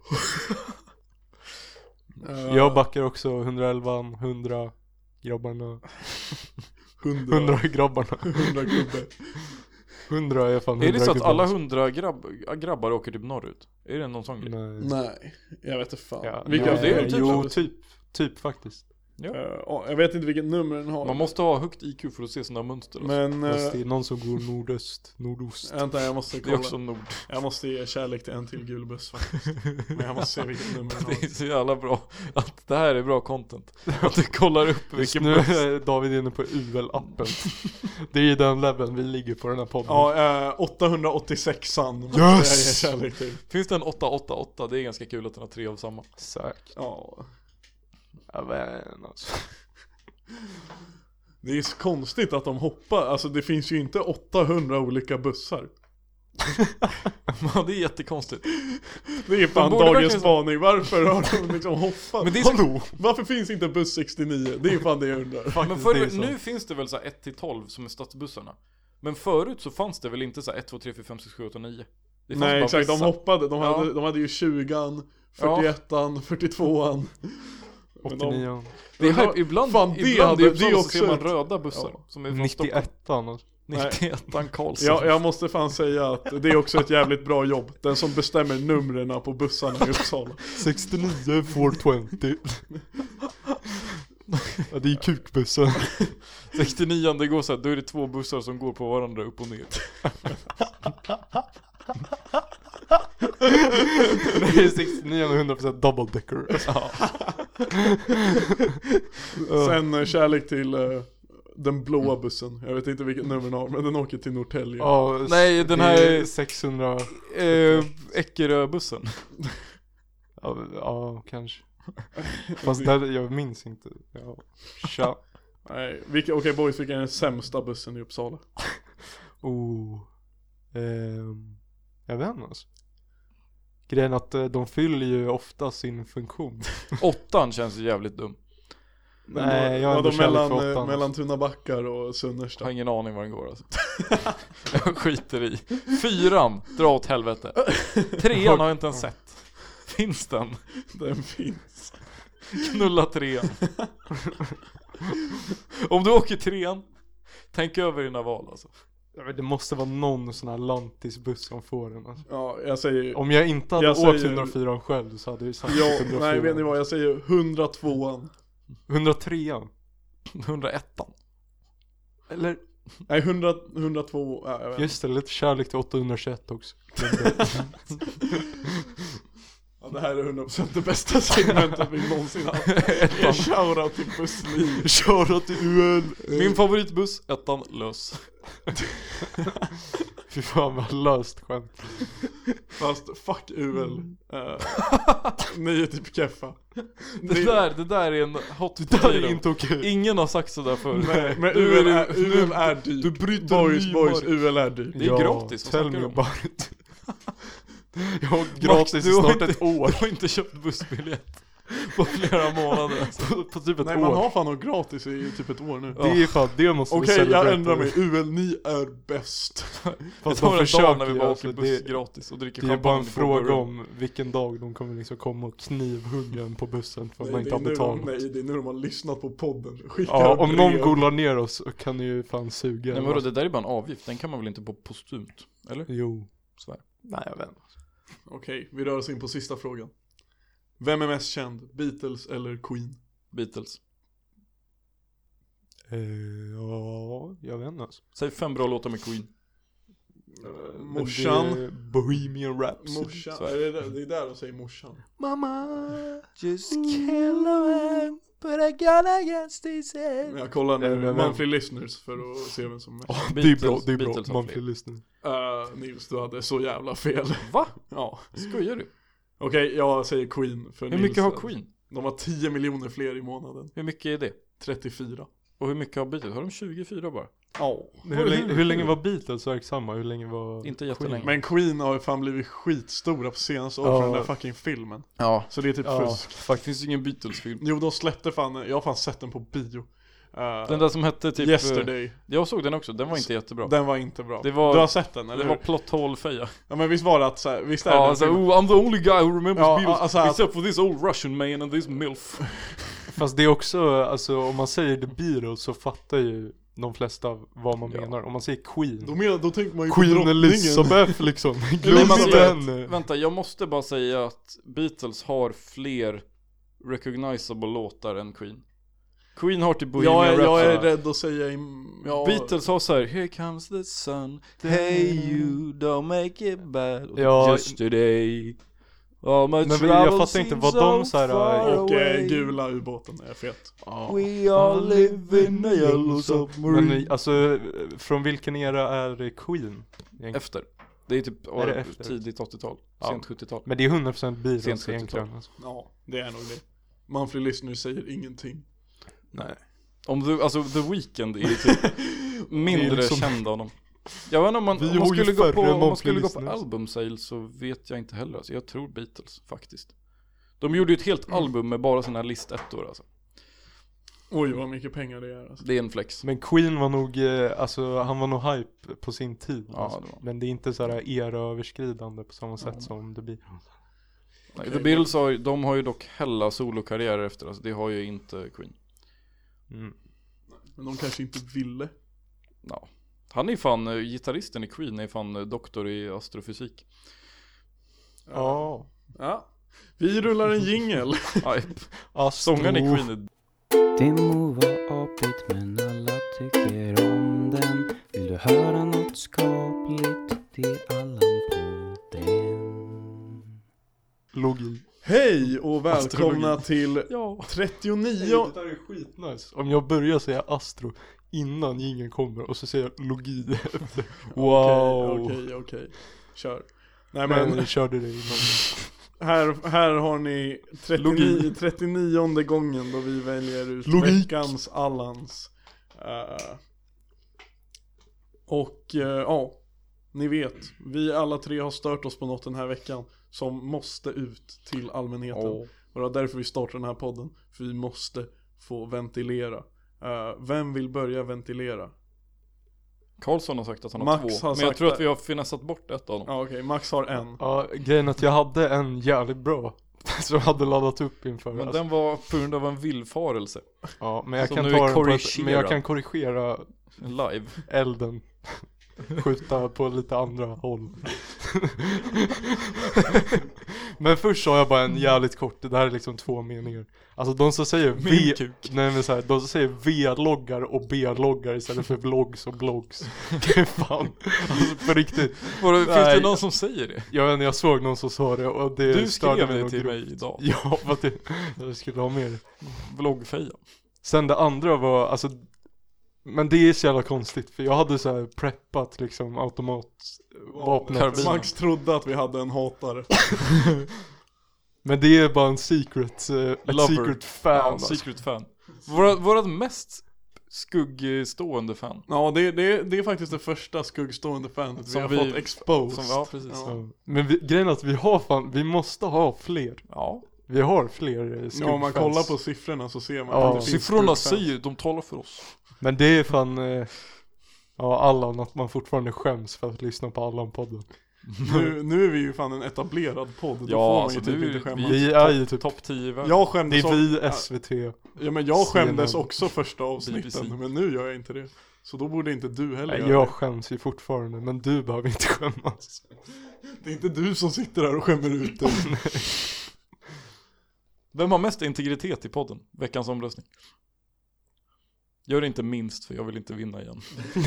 Jag backar också 111, 100 grabbarna. 100 grabbarna. 100 gubbe. 100 är fan 100 Är det så att gubbar. alla 100 grabbar åker typ norrut? Är det någon sån grej? Nej. Nej, jag vet inte fan. Ja, Vilka det är typ jo, så. typ faktiskt. jag vet inte vilket nummer den har. Man måste ha högt IQ för att se sådana mönster alltså. Men Fast det är någon som går nordost. vänta, jag måste Det är kolla. också nord. Jag måste ge kärlek till en till gul buss faktiskt. Men jag måste se vilket nummer den Det har. är så jävla bra att det här är bra content. Att du kollar upp Just vilken nu buss. är David inne på UL-appen. Det är ju den leveln vi ligger på den här podden. Ja, 886an måste jag ge kärlek till. Finns det en 888? Det är ganska kul att den har 3 av samma. Säkert. Ja. Jag vet inte alltså. Det är så konstigt att de hoppar. Alltså det finns ju inte 800 olika bussar. Ja, det är jättekonstigt. Det är fan borde dagens verkligen- spaning. Varför har de liksom hoppat? Men det är så... Varför finns inte buss 69? Det är fan det jag undrar. Men nu finns det väl så här 1-12 som är stadsbussarna. Men förut så fanns det väl inte så här 1, 2, 3, 4, 5, 6, 7, 8, 9. Det fanns Nej bara exakt, de vissa. hoppade. Ja. De hade ju 20an, 41an, 42an. Men de- 89. Det är hype, ibland, Fan, det ibland hade- i det Uppsala är så också ser man ett- röda bussar Ja. som är från Stockholm. 91an alltså. 91an Karlsson. Jag måste fan säga att det är också ett jävligt bra jobb. Den som bestämmer numren på bussarna i Uppsala. 69 420. Ja, det är kukbussen. 69an, det går så här, då är det 2 bussar som går på varandra upp och ner. Det är 69 och 100% double decker. Sen kärlek till den blåa bussen. Jag vet inte vilket nummer den har, men den åker till Norrtälje. Ja, Nej, den här är 600. Eckerö-bussen. Ja, kanske. Fast där, jag minns inte. Ja. Tja. Nej, okej boys, vilken är den sämsta bussen i Uppsala? Jag vet inte alltså. Grejen att de fyller ju ofta sin funktion. 8an känns ju jävligt dum. Nej, jag har ändå kärlek för 8an. Mellan Tunabackar och Sunnersta. Jag har ingen aning var den går alltså. Jag skiter i. 4an, dra åt helvete. 3an har jag inte ens sett. Finns den? Den finns. Knulla 3an. Om du åker 3an, tänk över dina val alltså. Det måste vara någon sån här lantisbuss som får den alltså. Ja, jag säger... Om jag inte hade åkt 104 själv så hade jag sagt 104. Nej, vet ni vad? Jag säger 102an. 103an. 101an. Eller... Nej, 102... Ja, jag vet. Just det, lite kärlek till 821 också. Ja, det här är 100% det bästa segmentet vi någonsin haft. Shoutout till bussliv. Shoutout till UL. Min favoritbuss, 1an, lös. Fy fan vad löst skämt. Fast fuck UL. Ni är typ keffa. Det där är en hot Det där är potato. inte okej. Ingen har sagt sådär förr. Nej, men UL är dyrt. Du bryter Boys, UL är dyrt. Det är gratis, vad Tell snackar me du om? about it. Jag har åkt gratis i Du har snart inte- ett år. Du har inte köpt bussbiljett på flera månader alltså. På typ ett Nej, år. man har fan något gratis i typ ett år nu. Det är fan, det måste vi Okej, celebrate. jag ändrar mig. UL, ni är bäst. Det Fast tar de en dag när vi försöker bara alltså, åker buss det, gratis och dricker det är bara en champagne på fråga Burger. om vilken dag de kommer liksom komma och knivhugga en på bussen för att man Nej, inte har betalat. det är nu de har lyssnat på podden. Skickar Ja, om någon brev. golar ner oss så kan ni ju fan suga. Nej men vadå, det där är bara en avgift, den kan man väl inte på postumt? Eller? Jo. Svär. Nej, jag vet inte. Okej, vi rör oss in på sista frågan. Vem är mest känd? Beatles eller Queen? Beatles. Ja, jag vet inte alltså. Säg 5 bra låtar med Queen. Morsan. Men det är Bohemian Rhapsody. Morsan. Så. Det är där de säger morsan. Mama, just kill a man, put a gun against his head. Men jag kollar nu men- monthly listeners för att se vem som är mest. Det är bra, det är bra. Beatles har Monthly fler. listening. Nils, du hade så jävla fel. Va? Ja. Skojar du? Okej, jag säger Queen för Hur Nils. mycket har Queen? De har 10 miljoner fler i månaden. Hur mycket är det? 34. Och hur mycket har Beatles? Har de 24 bara? Ja. Hur länge var Beatles verksamma? Hur länge var Inte jättelänge. Men Queen har ju fan blivit skitstora på senaste året Ja. för den där fucking filmen. Ja. Så det är typ Ja. fusk. Faktiskt finns det ingen Beatles-film. Jo, de släppte fan, jag har fan sett den på bio. Den där som hette typ... Yesterday. Jag såg den också, den var inte jättebra. Den var inte bra. Det var- Du har sett den, eller Det var hur? plot hole feja. Ja, men visst var det att så här, visst är Ja, det alltså, filmen? I'm the only guy who remembers Ja, Beatles alltså att- except for this old Russian man and this milf. Fast det är också, alltså om man säger The Beatles så fattar ju de flesta vad man Ja. menar. Om man säger Queen. Då tänker man ju på Queen drottningen. Elizabeth liksom. Glöm Elizabeth. inte henne. Vänta, jag måste bara säga att Beatles har fler recognizable låtar än Queen. Queen har typ Bohemian Jag är Rhapsody. rädd att säga ja, Beatles har såhär Here comes the sun, hey you, don't make it bad. Och Ja. Yesterday all my Men jag travels fattar inte, seem vad de så här- far och away. gula ubåten är fet. We all live in a yellow submarine. Men alltså, från vilken era är Queen? Efter. Det är typ Är det efter? tidigt 80-tal, Ja. sent 70-tal. Men det är 100% Beatles Sent 70-tal. egentligen alltså. Ja, det är nog det. Monthly listeners säger ingenting. Nej. Alltså The Weeknd är ju typ mindre Det är liksom- känd av dem. Jag vet inte om man, Vi om man har ju skulle gå färre på, om man monthly skulle gå på listeners. album sales så vet jag inte heller alltså. Jag tror Beatles faktiskt. De gjorde ju ett helt album med bara såna här listettor alltså. Oj, vad mycket pengar det är alltså. Det är en flex. Men Queen var nog, alltså han var nog hype på sin tid Ja, alltså. det var. Men det är inte så här era-överskridande på samma sätt som The Beatles. The Beatles har ju dock hella solokarriärer efter, alltså det har ju inte Queen. Mm. Men de kanske inte ville. Ja. Han är fan, gitarristen i Queen är fan doktor i astrofysik. Ja. Ja. Vi rullar en jingle. Sångaren i Queen är... Det må vara apigt men alla tycker om den. Vill du höra något skapligt? Det är Allan-podden. Logik. Hej och välkomna till 39... Det där är skitnice. Om jag börjar säga astro innan ingen kommer och så säger jag logi efter. Wow. Okej. Kör. Nej Men men ni körde det innan. här har ni 39:e gången då vi väljer ut veckans Allans. Ni vet, vi alla tre har stört oss på något den här veckan som måste ut till allmänheten. Och det var därför vi startar den här podden. För vi måste få ventilera. Vem vill börja ventilera? Karlsson har sagt att han har Max 2. har Men jag sagt tror det. att vi har finessat bort ett av dem. Ja okej, Max har en. Ja, grejen är att jag hade en jävligt bra som jag hade laddat upp inför. Men den var på grund av en villfarelse. Ja, men jag som kan nu ta är den på korrigerad. men jag kan korrigera Live. elden. Skjuta på lite andra håll. Men först sa jag bara en jävligt kort. Det där är liksom 2 meningar. Alltså de som säger de som säger V-loggar och B-loggar istället för vlogs och blogs. Det är fan, alltså på riktigt. Finns det någon som säger det? Jag såg någon som sa det och det du skrev mig det till mig idag. Ja, för att jag skulle ha med det. Vloggfeja. Sen det andra var, alltså, men det är så jävla konstigt. För jag hade så här preppat liksom automatvapnet. Max trodde att vi hade en hatare. Men det är bara en secret secret fan. Ja, secret fan. Vårat mest skuggstående fan. Ja, det är faktiskt det första skuggstående fanet som vi har fått exposed. Ja, precis. Ja. Men grejen är att vi måste ha fler. Ja. Vi har fler skuggfans. Ja, om man kollar på siffrorna så ser man Ja. att det finns Siffrorna skuggfans. säger, de talar för oss. Men det är fan Allan, att man fortfarande skäms för att lyssna på Allan-podden. Nu är vi ju fan en etablerad podd. Då Ja, får man alltså ju typ nu inte är skämmas. Vi är ju typ topp 10 i världen. Jag det skämdes är vi SVT. Ja, men jag skämdes CNN. också första avsnitten. BBC. Men nu gör jag inte det. Så då borde inte du heller Nej, göra jag det. skäms ju fortfarande, men du behöver inte skämmas. Det är inte du som sitter här och skämmer ut dig. Vem har mest integritet i podden? Veckans omröstning. Gör det inte minst, för jag vill inte vinna igen.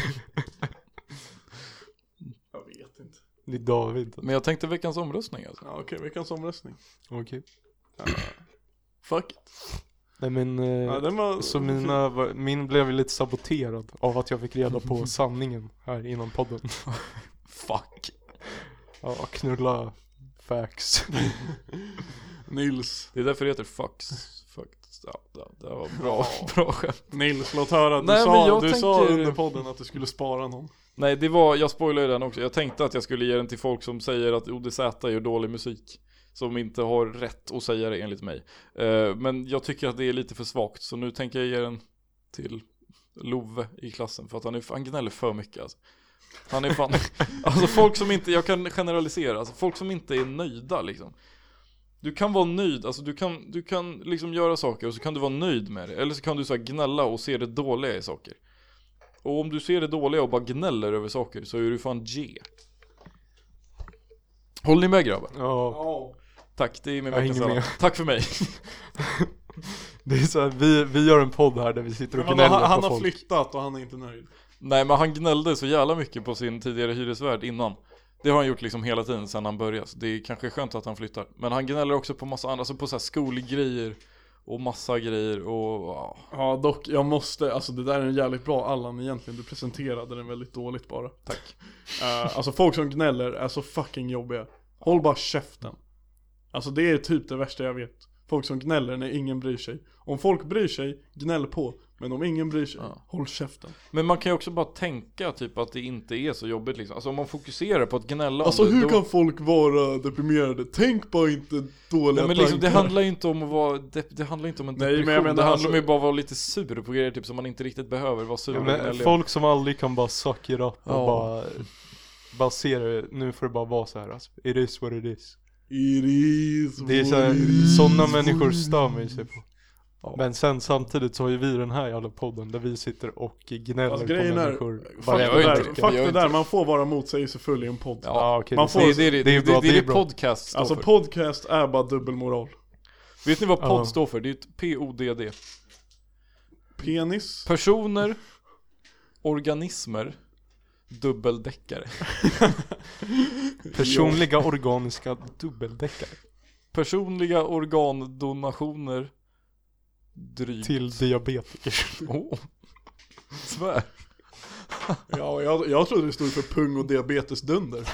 Jag vet inte. Det är David. Men jag tänkte veckans omröstning alltså. Ja, okej, veckans omröstning. Okej. Fuck it. Nej men Ja, den var... så min blev lite saboterad av att jag fick reda på sanningen här innan podden. Fuck. Ja, knulla facts. Nils. Det är därför det heter fucks. Ja, det var bra skämt. Nils, låt höra. Du, Nej, men sa, jag du sa tänker- under podden att du skulle spara någon. Nej, jag spoilade den också. Jag tänkte att jag skulle ge den till folk som säger att ODZ gör dålig musik. Som inte har rätt att säga det enligt mig. Men jag tycker att det är lite för svagt. Så nu tänker jag ge den till Love i klassen. För att han gnäller för mycket alltså. Han är fan... alltså folk som inte... Jag kan generalisera. Alltså folk som inte är nöjda liksom. Du kan vara nöjd, alltså du kan liksom göra saker och så kan du vara nöjd med det. Eller så kan du så här gnälla och se det dåliga i saker. Och om du ser det dåliga och bara gnäller över saker så är du fan G. Håller ni med grabbar? Ja, Tack, det är min Jag veckans hänger med. alla. Tack för mig. det är så här, vi gör en podd här där vi sitter och Men gnäller han på har folk. flyttat och han är inte nöjd. Nej, men han gnällde så jävla mycket på sin tidigare hyresvärd innan. Det har han gjort liksom hela tiden sedan han började. Så det är kanske skönt att han flyttar. Men han gnäller också på massa andra, alltså på så här skolgrejer och massa grejer och Ja, dock, jag måste, alltså det där är en jävligt bra Allan egentligen. Du presenterade den väldigt dåligt bara. tack. Alltså folk som gnäller är så fucking jobbiga. Håll bara käften. Alltså det är typ det värsta jag vet. Folk som gnäller när ingen bryr sig. Om folk bryr sig, gnäll på. Men om ingen bryr sig, håll käften. Men man kan ju också bara tänka typ att det inte är så jobbigt liksom. Alltså om man fokuserar på att gnälla Alltså om det, hur då... kan folk vara deprimerade? Tänk bara inte dåliga Nej, men liksom, det tankar. handlar ju inte om att vara det handlar inte om en Nej, depression. men jag menar det handlar alltså- om att bara vara lite sur på grejer typ som man inte riktigt behöver vara sur Ja, på. men folk som aldrig kan bara suck it up och Ja. bara se det, nu får det bara vara så här alltså. It is what it is. It is Det är så här, what it is. sådana människor stör mig sig på. Ja. Men sen samtidigt så har ju vi den här jävla podden där vi sitter och gnäller Alltså, på grejen är, människor. fuck jag gör inte det det. där, man får vara motsägelsefull i en podd. Ja, okej, man det- får- Det är det bra. podcast står Alltså för. podcast är bara dubbelmoral. Vet ni vad podd Ja. står för? Det är ett PODD. Penis. Personer, organismer, dubbeldäckare. Personliga organiska dubbeldäckare. Personliga organdonationer, drygt. Till diabetiker. Åh. Svär. Ja, jag trodde det stod för pung och diabetesdunder.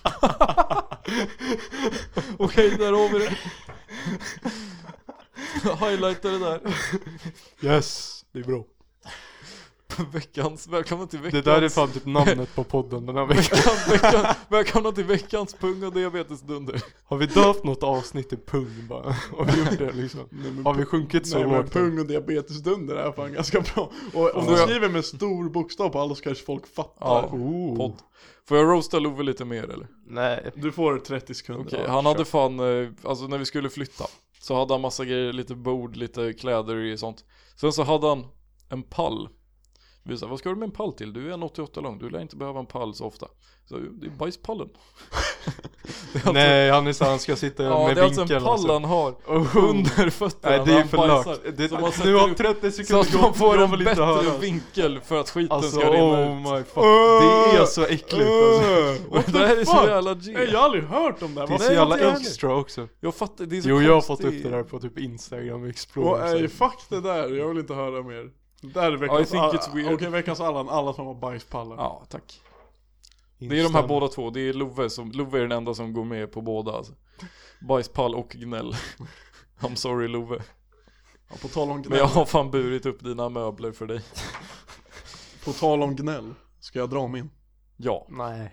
Okej, där har vi det. Highlighta det där. Yes, det är bra. Välkomna till veckans. Det där är fan typ namnet på podden den här veckan. Välkomna till veckans pung och diabetesdunder. Har vi döpt något avsnitt i pung bara? Har vi gjort det liksom? Har vi sjunkit så Nej, men lågt? pung och diabetesdunder är fan ganska bra. Och om du skriver med stor bokstav på alla så kanske folk fattar. Ja, podd. Får jag roasta Love lite mer eller? Nej. Du får 30 sekunder. Okej, Ja, han kör. hade fan, alltså när vi skulle flytta så hade han massa grejer, lite bord, lite kläder och sånt. Sen så hade han en pall. Vi sa, vad ska du med en pall till? Du är 1,88 lång, du lär inte behöva en pall så ofta. Så det är bajspallen. Det är alltså, Nej, han ska sitta ja, med det är alltså vinkeln en pall han har under fötterna. Nej, det är när för han lagt. bajsar. Så man Nu sätter har upp- 30 så sekunder att man får en vill inte bättre höra. vinkel för att skiten Alltså, ska rinna oh ut. my fuck. Det är så äckligt alltså. Och det här är så fuck? jävla Nej, G. jag har aldrig hört om det här. Det är så Nej, jävla inte jag extra också. Jag fattar, det är så Jo, jag har fått konstigt. upp det där på typ Instagram Och, Explorer. fuck det där, jag vill inte höra mer. Det där är veckans I think it's weird. Okej, veckans Allan, alla som har bajspallar. Ja, tack. Det är de här båda två, det är Love är den enda som går med på båda alltså. Bajspall och gnäll. I'm sorry Love. Ja, på tal om Men gnäll, jag har fan burit upp dina möbler för dig. på tal om gnäll, ska jag dra min? Ja. Nej.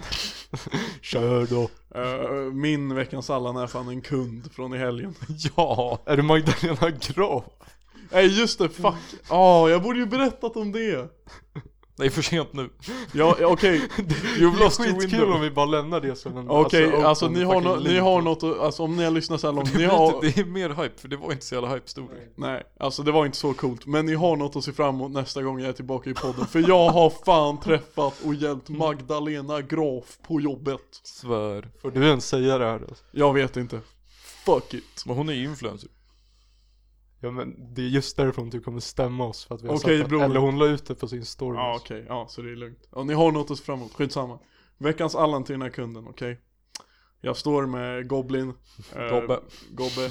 Kör då. Min veckans Allan är fan en kund från i helgen. Ja. Är du Magdalena Graf? Nej just det, fuck. Jag borde ju berättat om det. Det är för sent nu. Ja, okej. You've Det är lost your skitkul window. om vi bara lämnar det som en Okej, open alltså ni har, fucking ni link. har något, alltså om ni har lyssnat så här långt, ni Det har, är mer hype, för det var inte så jävla hype-story. nej, alltså det var inte så coolt, men ni har något att se fram emot nästa gång jag är tillbaka i podden. För jag har fan träffat och hjälpt Magdalena Graf på jobbet. Svär. Får du ens säga det här alltså? Jag vet inte. Fuck it. Men hon är ju influencer. Ja men det är just därför hon typ kommer stämma oss för att vi har Okej, sagt att, bror. eller hon la ut det på sin story. Ja okej, ja så det är lugnt. Ja, ni har något att se fram emot, skitsamma. Veckans Allan till den här kunden, okej? Jag står med Goblin. Gobbe.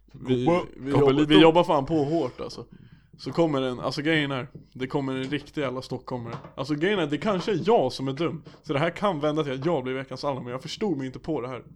Vi jobbar fan på hårt alltså. Så kommer en, alltså grejen är, det kommer en riktig jävla stockholmare. Alltså grejen är, det kanske är jag som är dum. Så det här kan vända till att jag blir veckans Allan, men jag förstod mig inte på det här.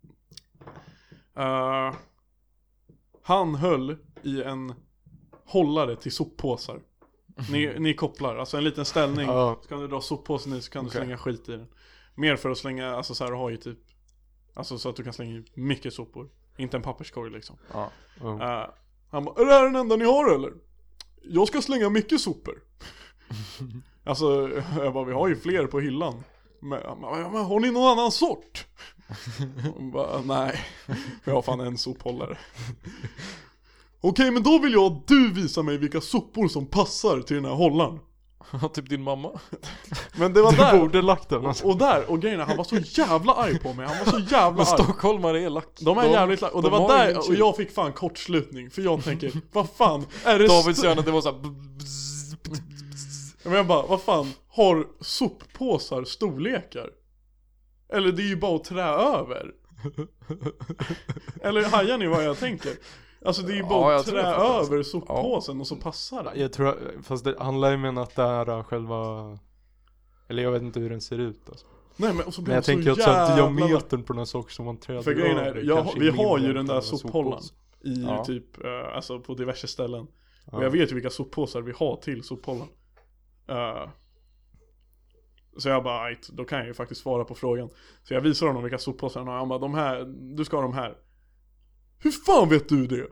Han höll i en hållare till soppåsar. Ni kopplar, alltså en liten ställning. Ja. Så kan du dra soppåsen i, så kan du Okej. slänga skit i den. Mer för att slänga, alltså så här ha i typ, alltså så att du kan slänga i mycket sopor. Inte en papperskorg liksom. Ja. Han bara, är det här den enda ni har eller? Jag ska slänga mycket sopor. Alltså, jag bara, vi har ju fler på hyllan. Men har ni någon annan sort? Hon bara, nej. Jag har fan en sophållare. Okej, men då vill jag att du visar mig vilka sopor som passar till den här hållaren. Typ din mamma. Men det var Du där. borde lagt den alltså. Och grejen är, han var så jävla arg på mig. Han var så jävla Men arg. stockholmare är lack. De är jävligt lack. Och det de var har ingen där, och chill. jag fick fan kortslutning. För jag tänker, vad fan är det Davids hjärna, det var såhär. Men jag bara, vad fan, har soppåsar storlekar? Eller det är ju bara att trä över. Eller hajar ni vad jag tänker? Alltså det är ju Ja, bara jag att tror trä jag fattar. över soppåsen och så passar det. Jag tror, fast det, han lär ju mena att det är själva, eller jag vet inte hur den ser ut alltså. Nej men och så Men blir jag det så tänker att så jävla... här, diametern på den här saker som man träder För grejen är, över kanske vi är har ju mindre den än där en sophållaren soppåse. i Ja. typ, alltså på diverse ställen. Ja. Och jag vet ju vilka soppåsar vi har till sophållaren. Så jag bara, ajt, då kan jag ju faktiskt svara på frågan. Så jag visar honom vilka soppåsar och han bara, de här, du ska ha de här. Hur fan vet du det?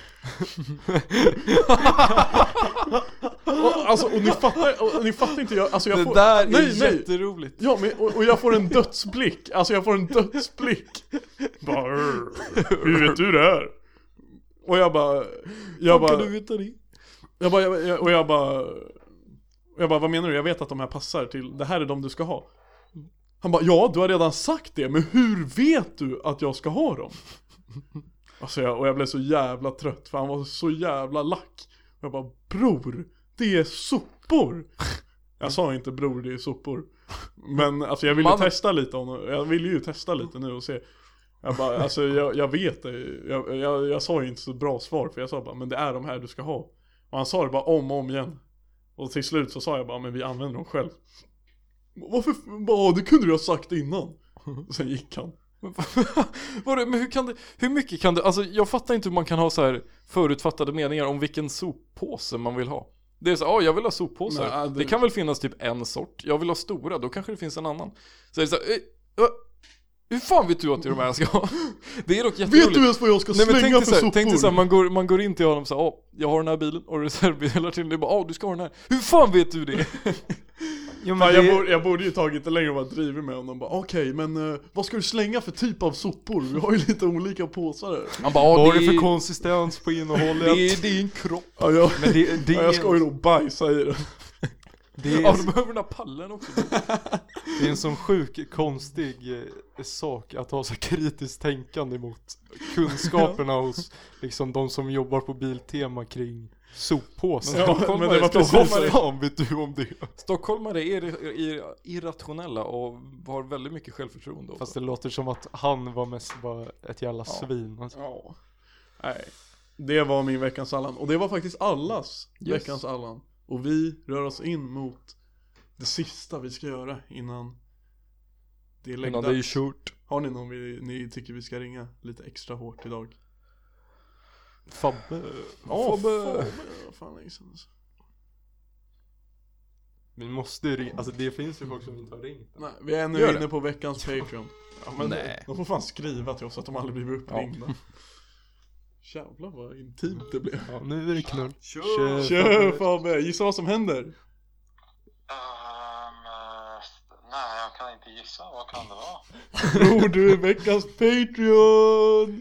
och ni fattar inte, alltså jag Det får, där är nej. jätteroligt. Ja, men, och jag får en dödsblick. Alltså jag får en dödsblick. Bara, hur vet du det här? Och jag bara kan du veta det? Jag bara, vad menar du? Jag vet att de här passar till, det här är de du ska ha. Han bara, ja, du har redan sagt det, men hur vet du att jag ska ha dem? Alltså jag blev så jävla trött, för han var så jävla lack. Jag bara, bror, det är sopor. Jag sa inte bror, det är sopor. Men alltså jag ville testa lite honom. Jag ville ju testa lite nu och se. Jag bara, alltså jag vet det. Jag sa ju inte så bra svar, för jag sa bara, men det är de här du ska ha. Och han sa det bara om och om igen. Och till slut så sa jag bara, men vi använder dem själv. Varför? Bara, det kunde du ha sagt innan. Sen gick han. Men hur mycket kan det, alltså jag fattar inte hur man kan ha så här förutfattade meningar om vilken soppåse man vill ha. Det är så, jag vill ha soppåsar. Nej, det kan väl finnas typ en sort. Jag vill ha stora, då kanske det finns en annan. Så är det så här, hur fan vet du att det är de här jag ska ha? Det är dock jätteroligt. Vet du ens vad jag ska slänga för sopor? Tänk dig så här, man går in till honom och säger, jag har den här bilen och reservdelar till den. Det är bara, du ska ha den här. Hur fan vet du det? Jo, men jag borde ju tagit det längre och bara drivit med honom. Okej, men vad ska du slänga för typ av sopor? Vi har ju lite olika påsar. Han bara, vad är det för konsistens på innehållet? Det är en kropp. Men jag ska ju nog bajsa i det. Du behöver den här pallen också. Det är en sån sjuk, konstig sak att ha så kritiskt tänkande mot kunskaperna hos liksom de som jobbar på Biltema kring soppåsar. Men det var precis vad fan vet du om det? Stockholmare är irrationella och har väldigt mycket självförtroende. Fast det låter som att han var mest bara ett jävla svin. Alltså. Ja. Nej. Det var min veckans Allan. Och det var faktiskt allas veckans Allan. Och vi rör oss in mot det sista vi ska göra innan det är läggdags. Innan det är kört. Har ni någon ni tycker vi ska ringa lite extra hårt idag? Fabbe. Fan länge sedan alltså. Vi måste ringa. Alltså det finns ju folk som inte har ringt. Nej, vi är nu inne på veckans Patreon. Ja, men Nej. de får fan skriva till oss att de aldrig blivit uppringda. Ja. Jävlar vad intimt det blev. Ja, nu är det knull. Kör Fabbe, gissa vad som händer. Nej, jag kan inte gissa. Vad kan det vara? Bror, du är veckans Patreon.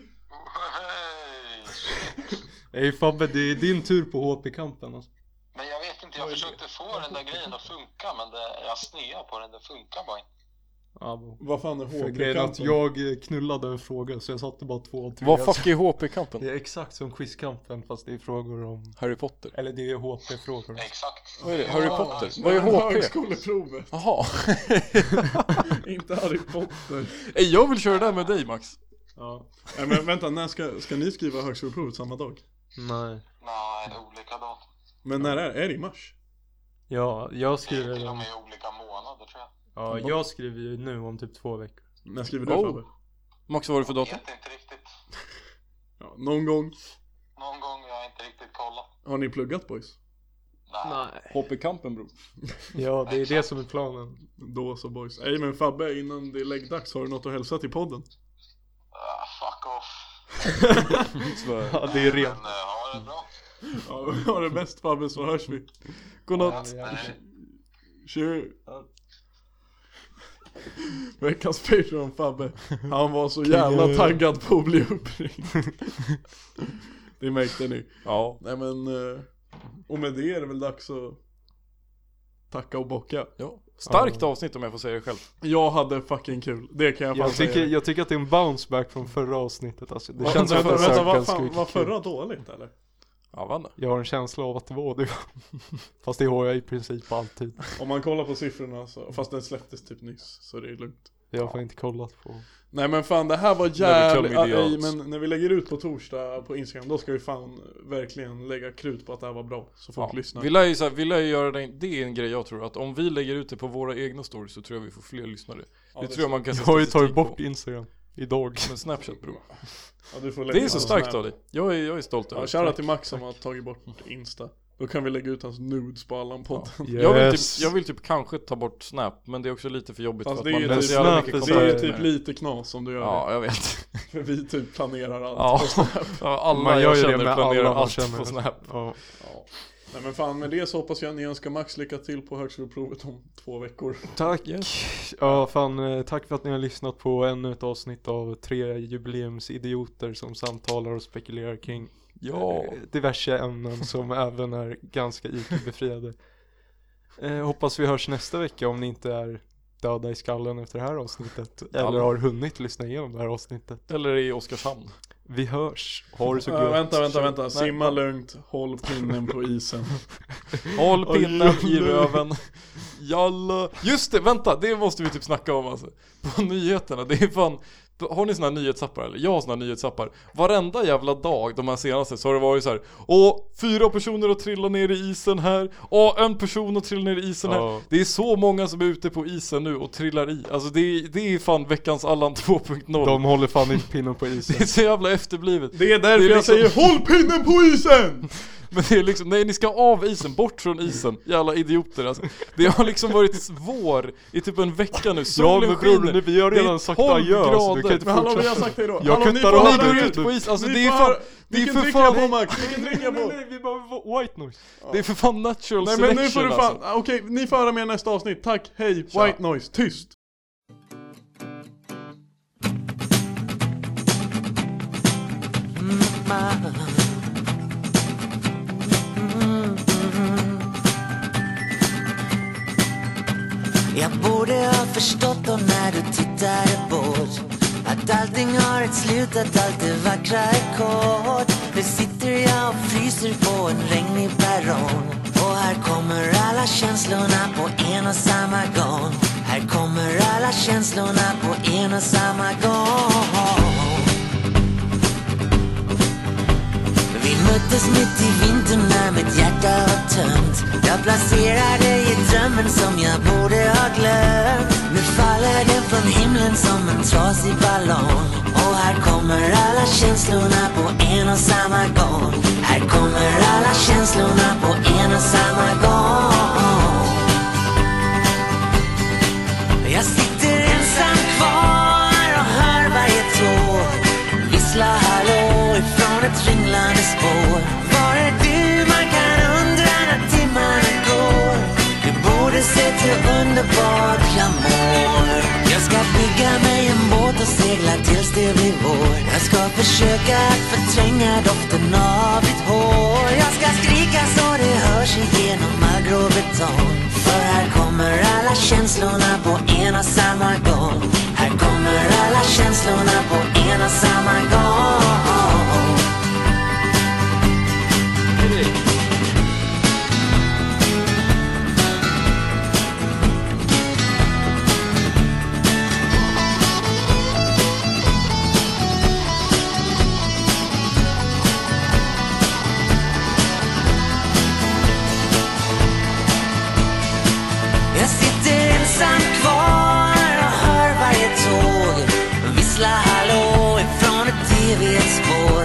Hej Fabbe, det är din tur på HP-kampen alltså. Men jag vet inte, jag försökte få den där grejen att funka, men jag snear på den, det funkar bara inte. Ja, vad fan är HP-kampen? Att jag knullade en fråga så jag satte bara 2 och 3. Vad fuck är HP-kampen? Det är exakt som quizkampen fast det är frågor om Harry Potter. Eller det är HP-frågor. Exakt. Vad är det? Harry Potter? Vad är HP? Högskoleprovet. Jaha. Inte Harry Potter. Jag vill köra det där med dig Max. Ja. Men vänta, när ska ni skriva högskoleprovet samma dag? Nej, det är olika datum. Men när är det i mars? Ja, jag skriver till och med olika månader tror jag. Ja, jag skriver ju nu om typ 2 veckor. När skriver du Fabbe? Max, vad var det för datum? Jag vet inte riktigt. Ja, någon gång, jag har inte riktigt kollat. har ni pluggat boys? Nej. HP-kampen bror. Ja, det är det som är planen. Då så boys. Nej men Fabbe, innan det är läggdags, har du något att hälsa till podden? Fuck off. Ja, det är rent. Men ha det bra. Ja, ha det bäst Fabbe, så hörs vi. Godnatt. Tjur. Veckans Patreon Fabbe. Han var så jävla taggad på att bli uppringd. Det märkte ni. Ja. Nej men, och med det är det väl dags att tacka och bocka. Ja. Starkt avsnitt om jag får säga det själv. Jag hade fucking kul. Det kan jag säga. Jag tycker att det är en bounce back från förra avsnittet alltså. Det känns som att det var förra dåligt eller? Ja, vann. Jag har en känsla av att det var det. Fast det har jag i princip alltid. Om man kollar på siffrorna så, fast den släpptes typ nyss, så det är lugnt. Jag har inte kollat på. Nej men fan, det här var jävligt. Men när vi lägger ut på torsdag på Instagram, då ska vi fan verkligen lägga krut på att det här var bra. Så folk lyssnar. Vi lär ju göra det är en grej jag tror, att om vi lägger ut det på våra egna stories så tror jag vi får fler lyssnare. Det tror jag man kan se. Jag har ju tagit bort Instagram idag. Men Snapchat bro. Ja, du får det är så starkt av dig. Jag är stolt över. Shoutout till Max som har tagit bort Insta. Då kan vi lägga ut hans nudes på Allan-podden. Yes. Jag vill typ kanske ta bort Snap, men det är också lite för jobbigt. Fast för det att det är typ lite knas som du gör. Ja, jag vet. För vi typ planerar allt på Snap. Ja, alla jag känner planerar allt på Snap. Ja. Nej men fan, med det så hoppas jag att ni önskar Max lycka till på högskoleprovet om 2 veckor. Tack. Yes. Ja fan, tack för att ni har lyssnat på ännu ett avsnitt av 3 jubileumsidioter som samtalar och spekulerar kring Ja. diverse ämnen som även är ganska IQ-befriade. Hoppas vi hörs nästa vecka om ni inte är döda i skallen efter det här avsnittet. Eller har hunnit lyssna igenom det här avsnittet. Eller i Oskarshamn. Vi hörs. Ha det så gott. Vänta. Simma lugnt. Håll pinnen på isen. Håll pinnen i röven. Jalla. Just det, vänta. Det måste vi typ snacka om alltså. På nyheterna. Det är fan... Har ni såna här nyhetsappar eller? Jag har såna här nyhetsappar. Varenda jävla dag de här senaste så har det varit så här: 4 personer att trilla ner i isen här. 1 person att trilla ner i isen här. Det är så många som är ute på isen nu och trillar i. Alltså det är fan veckans Allan 2.0. De håller fan inte pinnen på isen. Det är så jävla efterblivet. Det är därför jag säger håll pinnen på isen! Men det är liksom, nej ni ska av isen, bort från isen. Jävla idioter alltså. Det har liksom varit vår i typ en vecka nu. Solen skiner. Vi har redan sagt adjö, så du kan inte Men hallå, vi fortsätta. har sagt det då. Jag Hallå, kuttar ni av får- dig. Ut på is. Alltså Ni det är får- fan... Det är Vilken för dricka fan... på Max? Vilken dricka på? Nej, vi behöver white noise. Det är för fan natural Nej selection men nu får du fan, alltså. okej, ni får höra med nästa avsnitt. Tack, hej, Tja. white noise, tyst. Jag borde ha förstått då när du tittade bort att allting har ett slut, att allt det vackra är kort. Nu sitter jag och fryser på en regnig perrong, och här kommer alla känslorna på en och samma gång. Här kommer alla känslorna på en och samma gång. Vi möttes mitt i vintern när mitt hjärta var tömt. Jag placerade i drömmen som jag borde ha glömt. Nu faller den från himlen som en trasig ballong, och här kommer alla känslorna på en och samma gång. Här kommer alla känslorna på en och samma gång. Jag sitter ensam kvar och hör varje tåg vissla hallå ifrån ett ringlande spår. Var är du? Man kan undra när timmarna går. Du borde se till underbart jag mår. Jag ska bygga mig en båt och segla tills det blir vår. Jag ska försöka att förtränga doften av ditt hår. Jag ska skrika så det hörs igenom all grå betong. För här kommer alla känslorna på en och samma gång. Här kommer alla känslorna på en och samma gång. Jag sitter ensam kvar och hör varje tåg vissla hallå ifrån ett TV-spår.